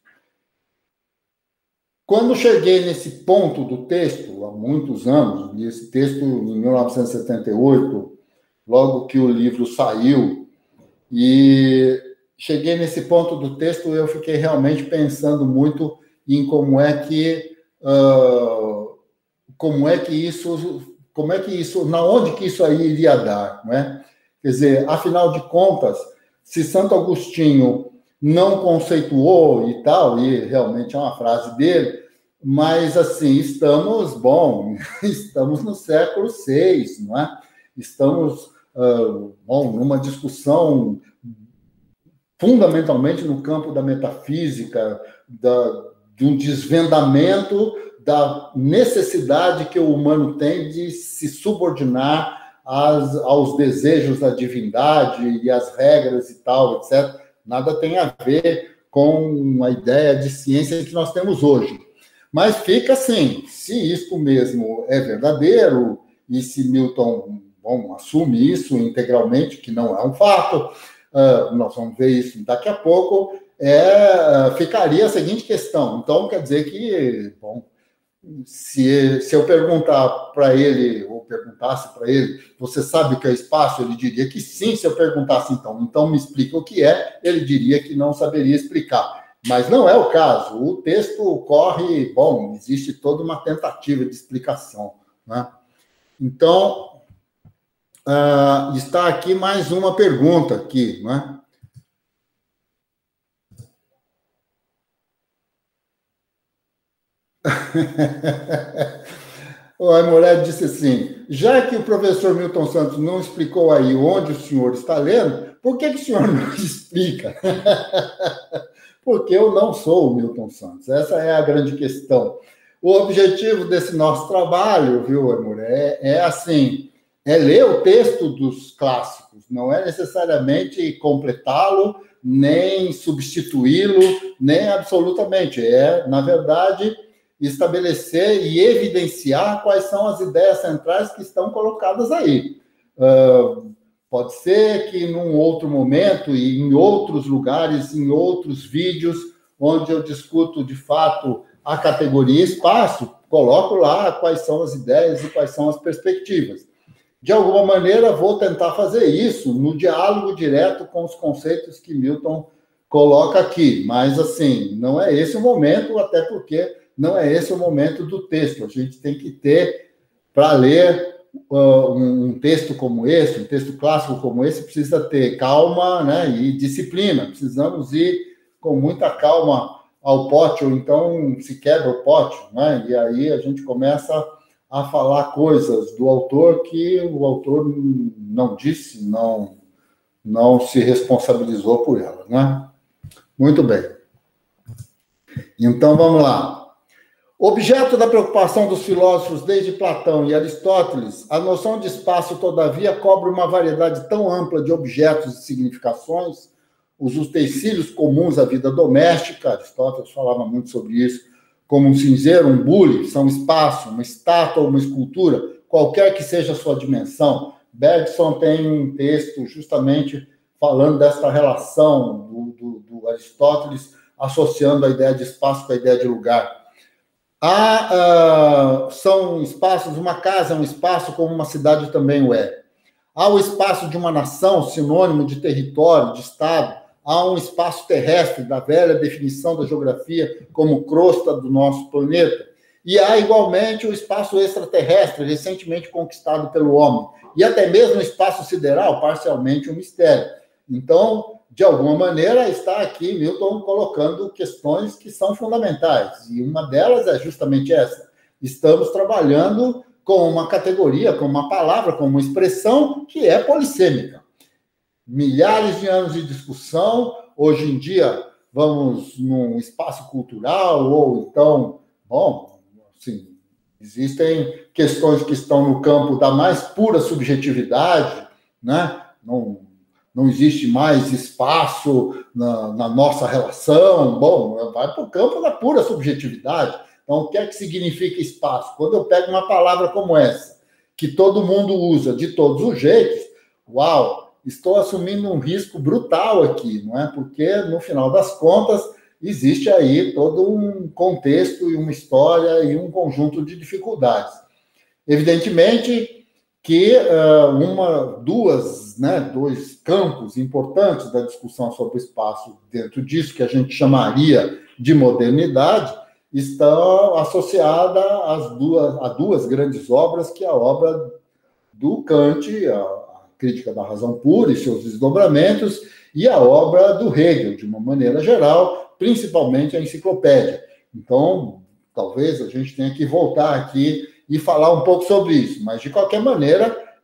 Quando cheguei nesse ponto do texto, há muitos anos, li esse texto em mil novecentos e setenta e oito, logo que o livro saiu, e cheguei nesse ponto do texto, eu fiquei realmente pensando muito em como é que, uh, como é que isso... Como é que isso, na onde que isso aí iria dar, não é? Quer dizer, afinal de contas, se Santo Agostinho não conceituou e tal, e realmente é uma frase dele, mas assim, estamos, bom, estamos no século seis, não é? Estamos uh, bom, numa discussão fundamentalmente no campo da metafísica, da, de um desvendamento da necessidade que o humano tem de se subordinar às, aos desejos da divindade e às regras e tal, etcétera. Nada tem a ver com a ideia de ciência que nós temos hoje. Mas fica assim, se isto mesmo é verdadeiro, e se Milton, bom, assume isso integralmente, que não é um fato, uh, nós vamos ver isso daqui a pouco, é, ficaria a seguinte questão. Então, quer dizer que, bom, se, se eu perguntar para ele, ou perguntasse para ele, você sabe o que é espaço? Ele diria que sim. Se eu perguntasse, então, então me explica o que é, ele diria que não saberia explicar. Mas não é o caso. O texto corre, bom, existe toda uma tentativa de explicação, né? Então, uh, está aqui mais uma pergunta aqui, né? O Aimoré disse assim, já que o professor Milton Santos não explicou aí onde o senhor está lendo, por que, que o senhor não explica? Porque eu não sou o Milton Santos. Essa é a grande questão. O objetivo desse nosso trabalho, viu, Aimoré, é, é assim, é ler o texto dos clássicos, não é necessariamente completá-lo, nem substituí-lo, nem absolutamente. É, na verdade, estabelecer e evidenciar quais são as ideias centrais que estão colocadas aí. Uh, pode ser que num outro momento e em outros lugares, em outros vídeos, onde eu discuto de fato a categoria espaço, coloco lá quais são as ideias e quais são as perspectivas. De alguma maneira, vou tentar fazer isso no diálogo direto com os conceitos que Milton coloca aqui, mas assim, não é esse o momento, até porque não é esse o momento do texto. A gente tem que ter, para ler uh, um texto como esse, um texto clássico como esse, precisa ter calma, né, e disciplina. Precisamos ir com muita calma ao pote, ou então se quebra o pote, né, e aí a gente começa a falar coisas do autor que o autor não disse, não, não se responsabilizou por elas, né? Muito bem. Então, vamos lá. Objeto da preocupação dos filósofos desde Platão e Aristóteles, a noção de espaço, todavia, cobre uma variedade tão ampla de objetos e significações, os utensílios comuns à vida doméstica, Aristóteles falava muito sobre isso, como um cinzeiro, um bule, são espaço, uma estátua, uma escultura, qualquer que seja a sua dimensão. Bergson tem um texto justamente falando dessa relação do, do, do Aristóteles, associando a ideia de espaço com a ideia de lugar. Há, uh, são espaços, uma casa é um espaço, como uma cidade também o é. Há o espaço de uma nação, sinônimo de território, de estado. Há um espaço terrestre, da velha definição da geografia, como crosta do nosso planeta. E há, igualmente, o espaço extraterrestre, recentemente conquistado pelo homem. E até mesmo o espaço sideral, parcialmente um mistério. Então, de alguma maneira, está aqui Milton colocando questões que são fundamentais. E uma delas é justamente essa. Estamos trabalhando com uma categoria, com uma palavra, com uma expressão que é polissêmica. Milhares de anos de discussão, hoje em dia vamos num espaço cultural, ou então, bom, assim, existem questões que estão no campo da mais pura subjetividade, né? Não, não existe mais espaço na, na nossa relação, bom, vai para o campo da pura subjetividade. Então, o que é que significa espaço? Quando eu pego uma palavra como essa, que todo mundo usa de todos os jeitos, uau, estou assumindo um risco brutal aqui, não é? Porque, no final das contas, existe aí todo um contexto e uma história e um conjunto de dificuldades. Evidentemente que uh, uma, duas, né, dois campos importantes da discussão sobre o espaço dentro disso, que a gente chamaria de modernidade, estão associadas às duas, a duas grandes obras, que é a obra do Kant, a Crítica da Razão Pura e seus desdobramentos, e a obra do Hegel, de uma maneira geral, principalmente a Enciclopédia. Então, talvez a gente tenha que voltar aqui e falar um pouco sobre isso, mas, de qualquer maneira,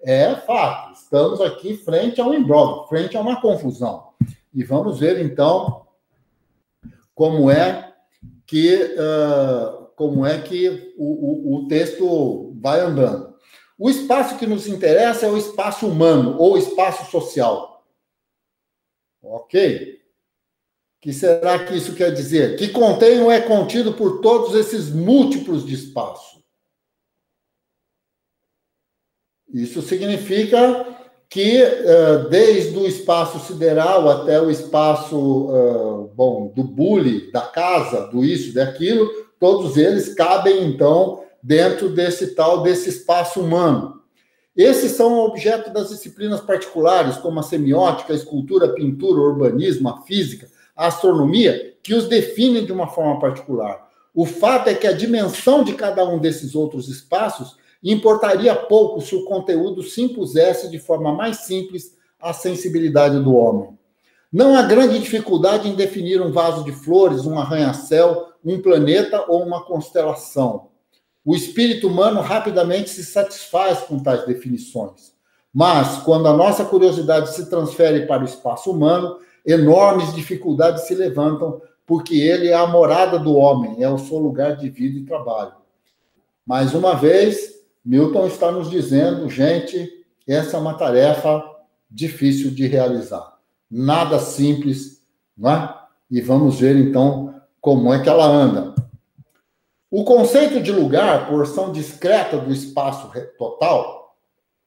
É fato, estamos aqui frente a um imbróglio, frente a uma confusão. E vamos ver, então, como é que, uh, como é que o, o, o texto vai andando. O espaço que nos interessa é o espaço humano, ou espaço social. Ok? O que será que isso quer dizer? Que contém ou é contido por todos esses múltiplos de espaço. Isso significa que, desde o espaço sideral até o espaço, bom, do bule, da casa, do isso, daquilo, todos eles cabem, então, dentro desse tal, desse espaço humano. Esses são objeto das disciplinas particulares, como a semiótica, a escultura, a pintura, o urbanismo, a física, a astronomia, que os definem de uma forma particular. O fato é que a dimensão de cada um desses outros espaços importaria pouco se o conteúdo se impusesse de forma mais simples à sensibilidade do homem. Não há grande dificuldade em definir um vaso de flores, um arranha-céu, um planeta ou uma constelação. O espírito humano rapidamente se satisfaz com tais definições. Mas, quando a nossa curiosidade se transfere para o espaço humano, enormes dificuldades se levantam, porque ele é a morada do homem, é o seu lugar de vida e trabalho. Mais uma vez, Milton está nos dizendo, gente, essa é uma tarefa difícil de realizar. Nada simples, não é? E vamos ver, então, como é que ela anda. O conceito de lugar, porção discreta do espaço total,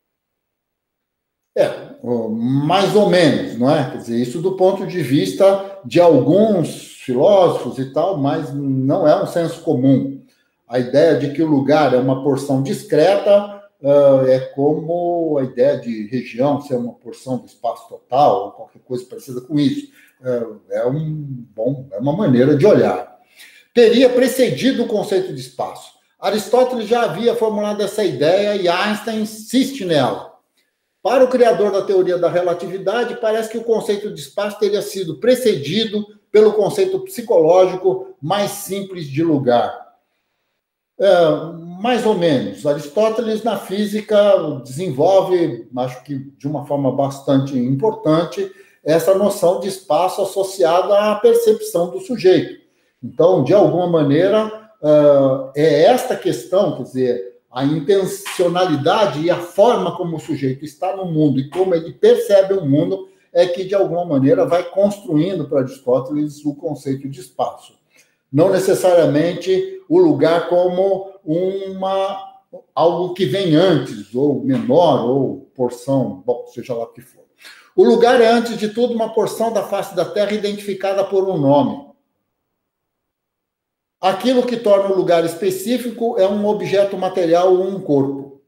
é, mais ou menos, não é? Quer dizer, isso do ponto de vista de alguns filósofos e tal, mas não é um senso comum. A ideia de que o lugar é uma porção discreta uh, é como a ideia de região ser uma porção do espaço total, ou qualquer coisa parecida com isso. Uh, é, um, bom, é uma maneira de olhar. Teria precedido o conceito de espaço. Aristóteles já havia formulado essa ideia e Einstein insiste nela. Para o criador da teoria da relatividade, parece que o conceito de espaço teria sido precedido pelo conceito psicológico mais simples de lugar. É, mais ou menos. Aristóteles, na física, desenvolve, acho que de uma forma bastante importante, essa noção de espaço associada à percepção do sujeito. Então, de alguma maneira, é esta questão, quer dizer, a intencionalidade e a forma como o sujeito está no mundo e como ele percebe o mundo é que, de alguma maneira, vai construindo para Aristóteles o conceito de espaço. Não necessariamente o lugar como uma, algo que vem antes, ou menor, ou porção, bom, seja lá o que for. O lugar é, antes de tudo, uma porção da face da Terra identificada por um nome. Aquilo que torna o lugar específico é um objeto material ou um corpo.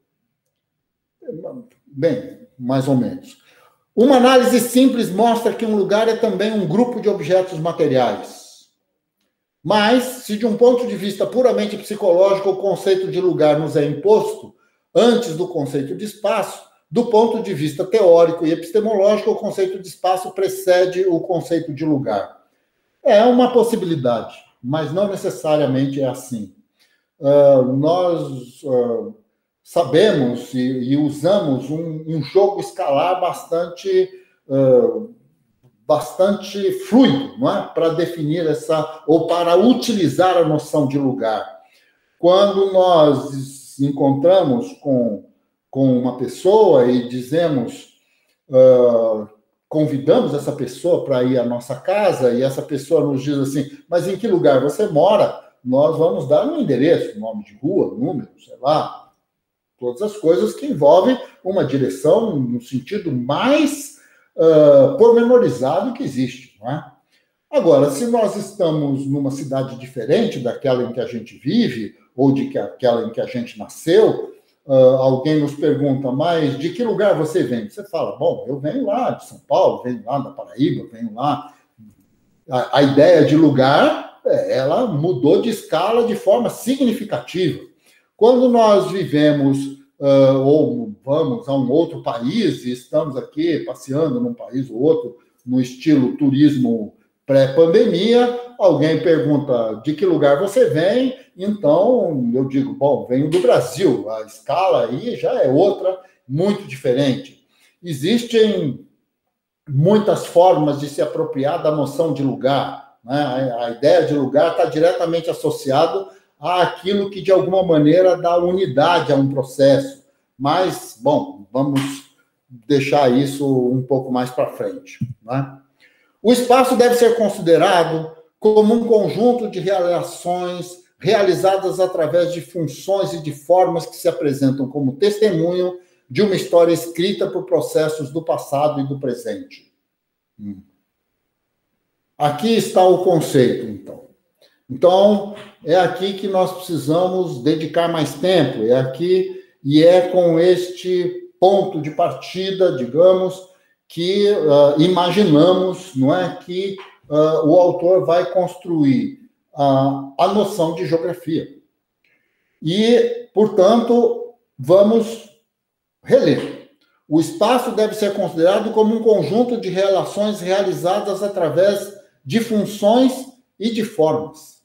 Bem, mais ou menos. Uma análise simples mostra que um lugar é também um grupo de objetos materiais. Mas, se de um ponto de vista puramente psicológico o conceito de lugar nos é imposto, antes do conceito de espaço, do ponto de vista teórico e epistemológico, o conceito de espaço precede o conceito de lugar. É uma possibilidade, mas não necessariamente é assim. Uh, nós uh, sabemos e, e usamos um, um jogo escalar bastante... Uh, bastante fluido, não é? Para definir essa, ou para utilizar a noção de lugar. Quando nós encontramos com, com uma pessoa e dizemos, uh, convidamos essa pessoa para ir à nossa casa, e essa pessoa nos diz assim, mas em que lugar você mora? Nós vamos dar um endereço, nome de rua, número, sei lá, todas as coisas que envolvem uma direção no sentido mais Uh, pormenorizado que existe, não é? Agora, se nós estamos numa cidade diferente daquela em que a gente vive, ou de que aquela em que a gente nasceu, uh, alguém nos pergunta, mas de que lugar você vem? Você fala, bom, eu venho lá de São Paulo, venho lá da Paraíba, venho lá. A, a ideia de lugar, ela mudou de escala de forma significativa. Quando nós vivemos Uh, ou vamos a um outro país e estamos aqui passeando num país ou outro, no estilo turismo pré-pandemia, alguém pergunta de que lugar você vem, então eu digo, bom, venho do Brasil, a escala aí já é outra, muito diferente. Existem muitas formas de se apropriar da noção de lugar, né? A, a ideia de lugar está diretamente associado àquilo que, de alguma maneira, dá unidade a um processo. Mas, bom, vamos deixar isso um pouco mais para frente, né? O espaço deve ser considerado como um conjunto de relações realizadas através de funções e de formas que se apresentam como testemunho de uma história escrita por processos do passado e do presente. Hum. Aqui está o conceito, então. Então, é aqui que nós precisamos dedicar mais tempo, é aqui e é com este ponto de partida, digamos, que uh, imaginamos, não é, que uh, o autor vai construir uh, a noção de geografia. E, portanto, vamos reler. O espaço deve ser considerado como um conjunto de relações realizadas através de funções e de formas.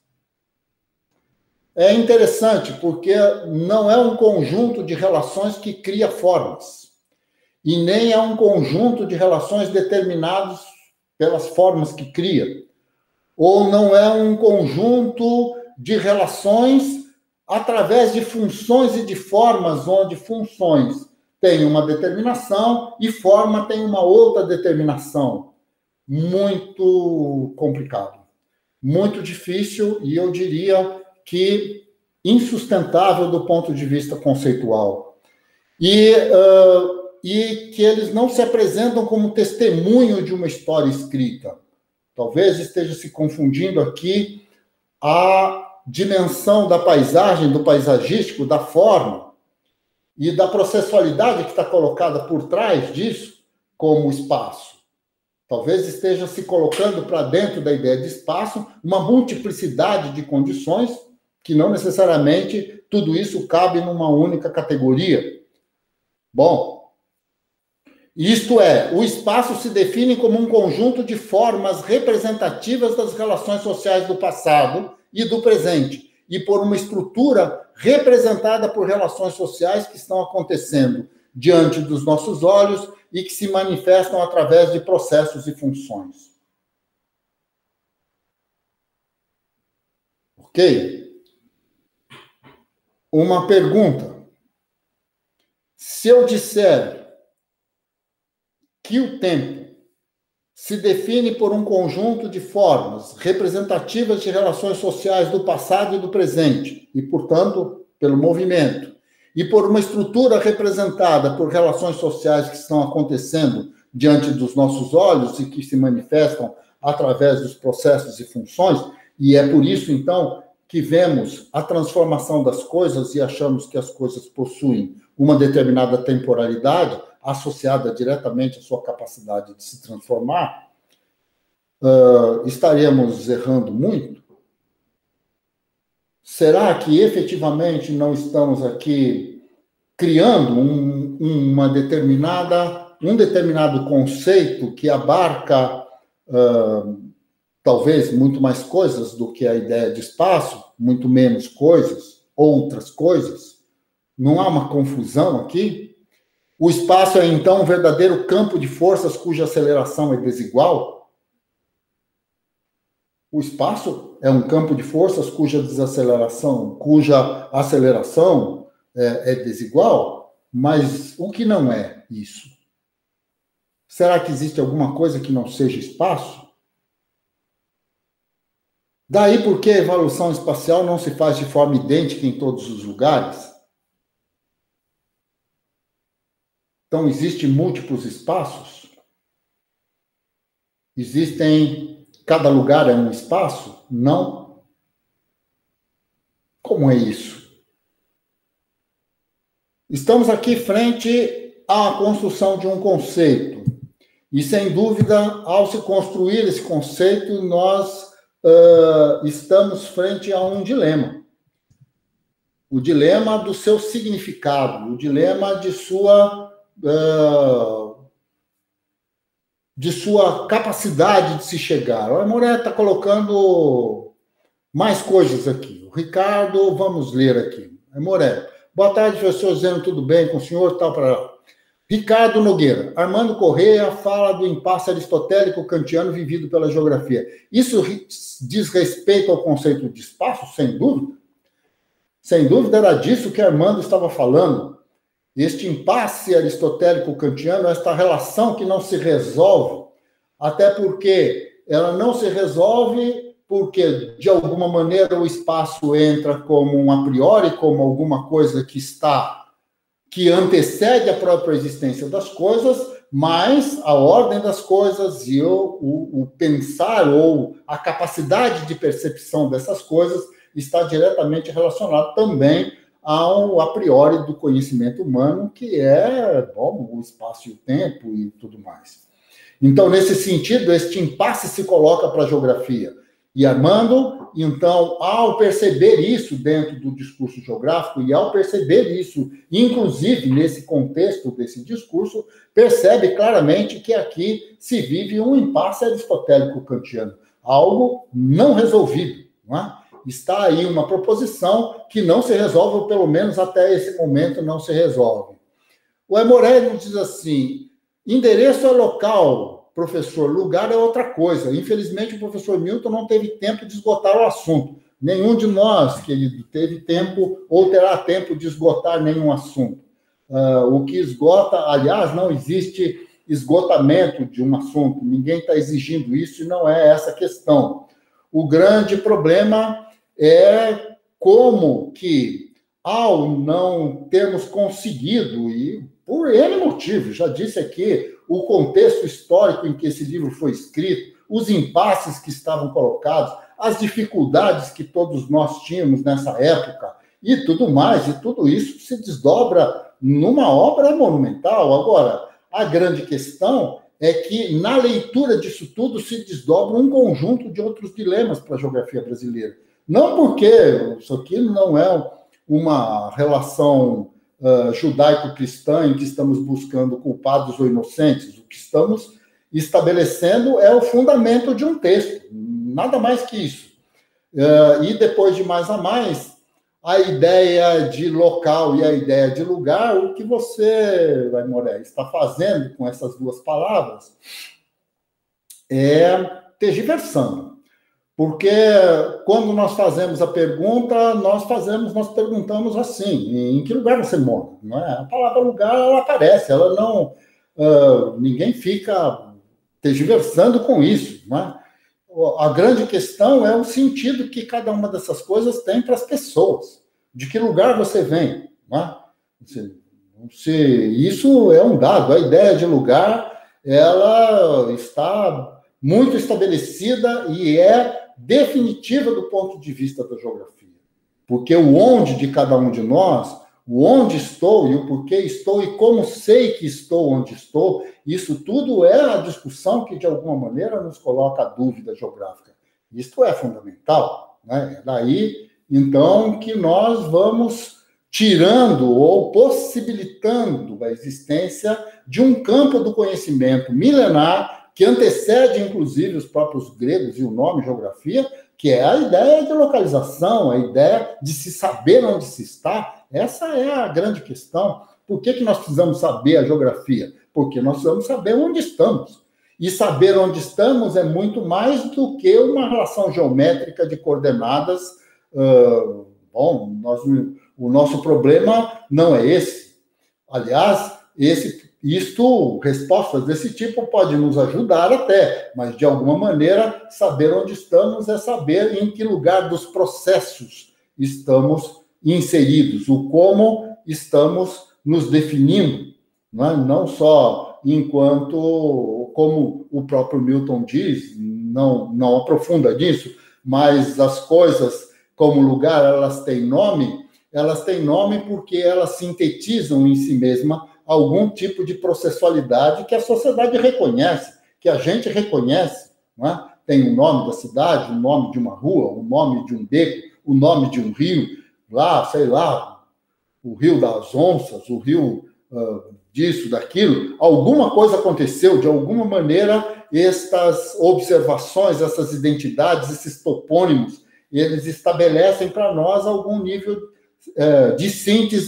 É interessante, porque não é um conjunto de relações que cria formas, e nem é um conjunto de relações determinadas pelas formas que cria, ou não é um conjunto de relações através de funções e de formas, onde funções têm uma determinação e forma tem uma outra determinação. Muito complicado, muito difícil, e eu diria que insustentável do ponto de vista conceitual. E, uh, e que eles não se apresentam como testemunho de uma história escrita. Talvez esteja se confundindo aqui a dimensão da paisagem, do paisagístico, da forma e da processualidade que está colocada por trás disso como espaço. Talvez esteja se colocando para dentro da ideia de espaço uma multiplicidade de condições que não necessariamente tudo isso cabe numa única categoria. Bom, isto é, o espaço se define como um conjunto de formas representativas das relações sociais do passado e do presente, e por uma estrutura representada por relações sociais que estão acontecendo diante dos nossos olhos e que se manifestam através de processos e funções. Ok? Uma pergunta. Se eu disser que o tempo se define por um conjunto de formas representativas de relações sociais do passado e do presente, e, portanto, pelo movimento, e por uma estrutura representada por relações sociais que estão acontecendo diante dos nossos olhos e que se manifestam através dos processos e funções, e é por isso, então, que vemos a transformação das coisas e achamos que as coisas possuem uma determinada temporalidade associada diretamente à sua capacidade de se transformar, uh, estaremos errando muito? Será que efetivamente não estamos aqui criando um, uma determinada, um determinado conceito que abarca uh, talvez muito mais coisas do que a ideia de espaço, muito menos coisas, outras coisas? Não há uma confusão aqui? O espaço é, então, um verdadeiro campo de forças cuja aceleração é desigual? O espaço é um campo de forças cuja desaceleração, cuja aceleração é, é desigual? Mas o que não é isso? Será que existe alguma coisa que não seja espaço? Daí porque a evolução espacial não se faz de forma idêntica em todos os lugares? Então, existem múltiplos espaços? Existem... Cada lugar é um espaço? Não. Como é isso? Estamos aqui frente à construção de um conceito. E, sem dúvida, ao se construir esse conceito, nós uh, estamos frente a um dilema. O dilema do seu significado, o dilema de sua... Uh, de sua capacidade de se chegar. O Aimoré está colocando mais coisas aqui. O Ricardo, vamos ler aqui. Aimoré, boa tarde, professor Zeno, tudo bem com o senhor? Tal, para... Ricardo Nogueira, Armando Corrêa fala do impasse aristotélico kantiano vivido pela geografia. Isso diz respeito ao conceito de espaço, sem dúvida? Sem dúvida era disso que Armando estava falando. Este impasse aristotélico kantiano, esta relação que não se resolve, até porque ela não se resolve porque, de alguma maneira, o espaço entra como um a priori, como alguma coisa que está... que antecede a própria existência das coisas, mas a ordem das coisas e o, o, o pensar ou a capacidade de percepção dessas coisas está diretamente relacionado também ao a priori do conhecimento humano, que é, bom, o espaço e o tempo e tudo mais. Então, nesse sentido, este impasse se coloca para a geografia. E Armando, então, ao perceber isso dentro do discurso geográfico e ao perceber isso, inclusive nesse contexto desse discurso, percebe claramente que aqui se vive um impasse aristotélico kantiano, algo não resolvido, não é? Está aí uma proposição que não se resolve, ou pelo menos até esse momento não se resolve. O Emorelli diz assim, endereço é local, professor, lugar é outra coisa. Infelizmente, o professor Milton não teve tempo de esgotar o assunto. Nenhum de nós, querido, teve tempo ou terá tempo de esgotar nenhum assunto. Uh, o que esgota, aliás, não existe esgotamento de um assunto. Ninguém está exigindo isso e não é essa a questão. O grande problema é como que, ao não termos conseguido, e por N motivos, já disse aqui, o contexto histórico em que esse livro foi escrito, os impasses que estavam colocados, as dificuldades que todos nós tínhamos nessa época, e tudo mais, e tudo isso se desdobra numa obra monumental. Agora, a grande questão é que, na leitura disso tudo, se desdobra um conjunto de outros dilemas para a geografia brasileira. Não porque isso aqui não é uma relação Uh, judaico-cristã em que estamos buscando culpados ou inocentes. O que estamos estabelecendo é o fundamento de um texto, nada mais que isso. Uh, e depois de mais a mais, a ideia de local e a ideia de lugar, o que você, Aimoré, está fazendo com essas duas palavras é tergiversando. Porque quando nós fazemos a pergunta, nós fazemos, nós perguntamos assim, em que lugar você mora? Não é? A palavra lugar, ela aparece, ela não... Uh, ninguém fica tergiversando com isso. Não é? A grande questão é o sentido que cada uma dessas coisas tem para as pessoas. De que lugar você vem? Não é? Se, se, isso é um dado. A ideia de lugar, ela está muito estabelecida e é definitiva do ponto de vista da geografia. Porque o onde de cada um de nós, o onde estou e o porquê estou e como sei que estou onde estou, isso tudo é a discussão que, de alguma maneira, nos coloca a dúvida geográfica. Isto é fundamental, né? É daí, então, que nós vamos tirando ou possibilitando a existência de um campo do conhecimento milenar que antecede, inclusive, os próprios gregos e o nome geografia, que é a ideia de localização, a ideia de se saber onde se está. Essa é a grande questão. Por que que nós precisamos saber a geografia? Porque nós precisamos saber onde estamos. E saber onde estamos é muito mais do que uma relação geométrica de coordenadas. Uh, bom, nós, o nosso problema não é esse. Aliás, esse Isto, respostas desse tipo pode nos ajudar até, mas de alguma maneira saber onde estamos é saber em que lugar dos processos estamos inseridos, o como estamos nos definindo, não é? Não só enquanto, como o próprio Milton diz, não, não aprofunda nisso, mas as coisas como lugar, elas têm nome, elas têm nome porque elas sintetizam em si mesma algum tipo de processualidade que a sociedade reconhece, que a gente reconhece. Não é? Tem o nome da cidade, o nome de uma rua, o nome de um beco, o nome de um rio, lá, sei lá, o rio das onças, o rio uh, disso, daquilo. Alguma coisa aconteceu, de alguma maneira, estas observações, essas identidades, esses topônimos, eles estabelecem para nós algum nível uh, de síntese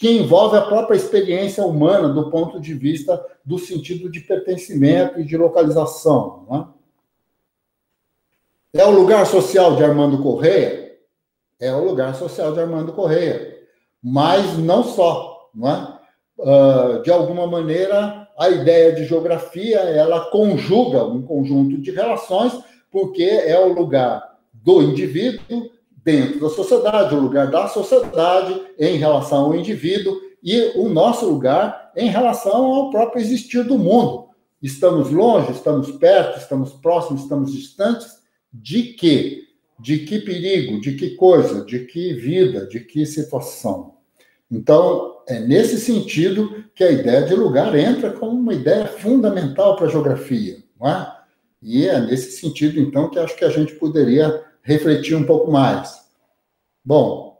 que envolve a própria experiência humana do ponto de vista do sentido de pertencimento e de localização. Não é? É o lugar social de Armando Corrêa? É o lugar social de Armando Corrêa. Mas não só, não é? Uh, de alguma maneira, a ideia de geografia, ela conjuga um conjunto de relações, porque é o lugar do indivíduo dentro da sociedade, o lugar da sociedade em relação ao indivíduo e o nosso lugar em relação ao próprio existir do mundo. Estamos longe, estamos perto, estamos próximos, estamos distantes de quê? De que perigo, de que coisa, de que vida, de que situação. Então, é nesse sentido que a ideia de lugar entra como uma ideia fundamental para a geografia, não é? E é nesse sentido, então, que acho que a gente poderia refletir um pouco mais. Bom,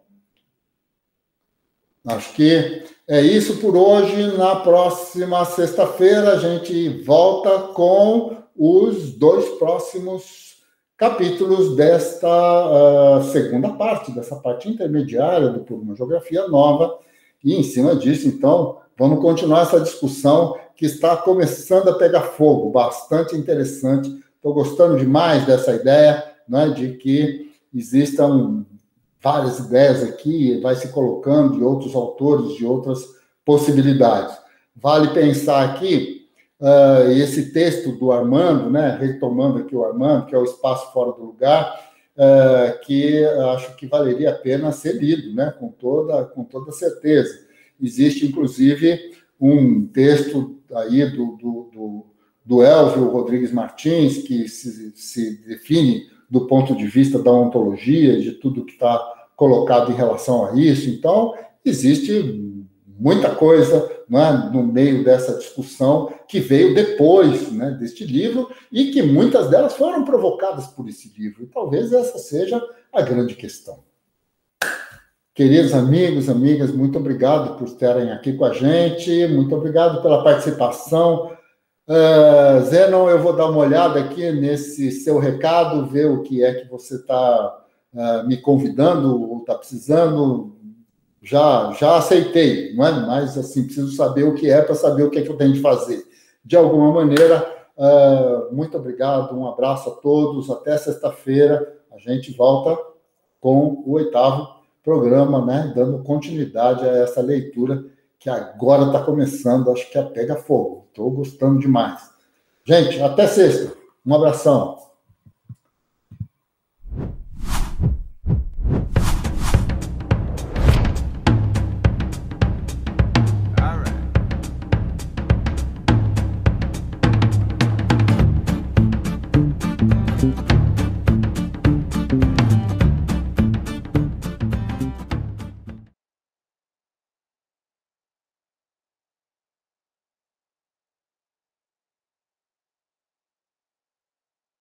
acho que é isso por hoje. Na próxima sexta-feira, a gente volta com os dois próximos capítulos desta uh, segunda parte, dessa parte intermediária do Por uma Geografia Nova. E, em cima disso, então, vamos continuar essa discussão que está começando a pegar fogo, bastante interessante. Estou gostando demais dessa ideia, né, de que existam várias ideias aqui, vai se colocando de outros autores, de outras possibilidades. Vale pensar aqui, uh, esse texto do Armando, né, retomando aqui o Armando, que é o Espaço Fora do Lugar, uh, que acho que valeria a pena ser lido, né, com toda, com toda certeza. Existe, inclusive, um texto aí do, do, do, do Elvio Rodrigues Martins, que se, se define do ponto de vista da ontologia, de tudo que está colocado em relação a isso. Então, existe muita coisa, né, no meio dessa discussão que veio depois, né, deste livro e que muitas delas foram provocadas por esse livro. E talvez essa seja a grande questão. Queridos amigos, amigas, muito obrigado por estarem aqui com a gente, muito obrigado pela participação. Uh, Zenon, eu vou dar uma olhada aqui nesse seu recado, ver o que é que você está uh, me convidando ou está precisando. Já, já aceitei, não é? Mas, assim, preciso saber o que é para saber o que é que eu tenho de fazer. De alguma maneira, uh, muito obrigado, um abraço a todos, até sexta-feira, a gente volta com o oitavo programa, né? Dando continuidade a essa leitura que agora está começando, acho que a pega fogo. Estou gostando demais. Gente, até sexta. Um abração.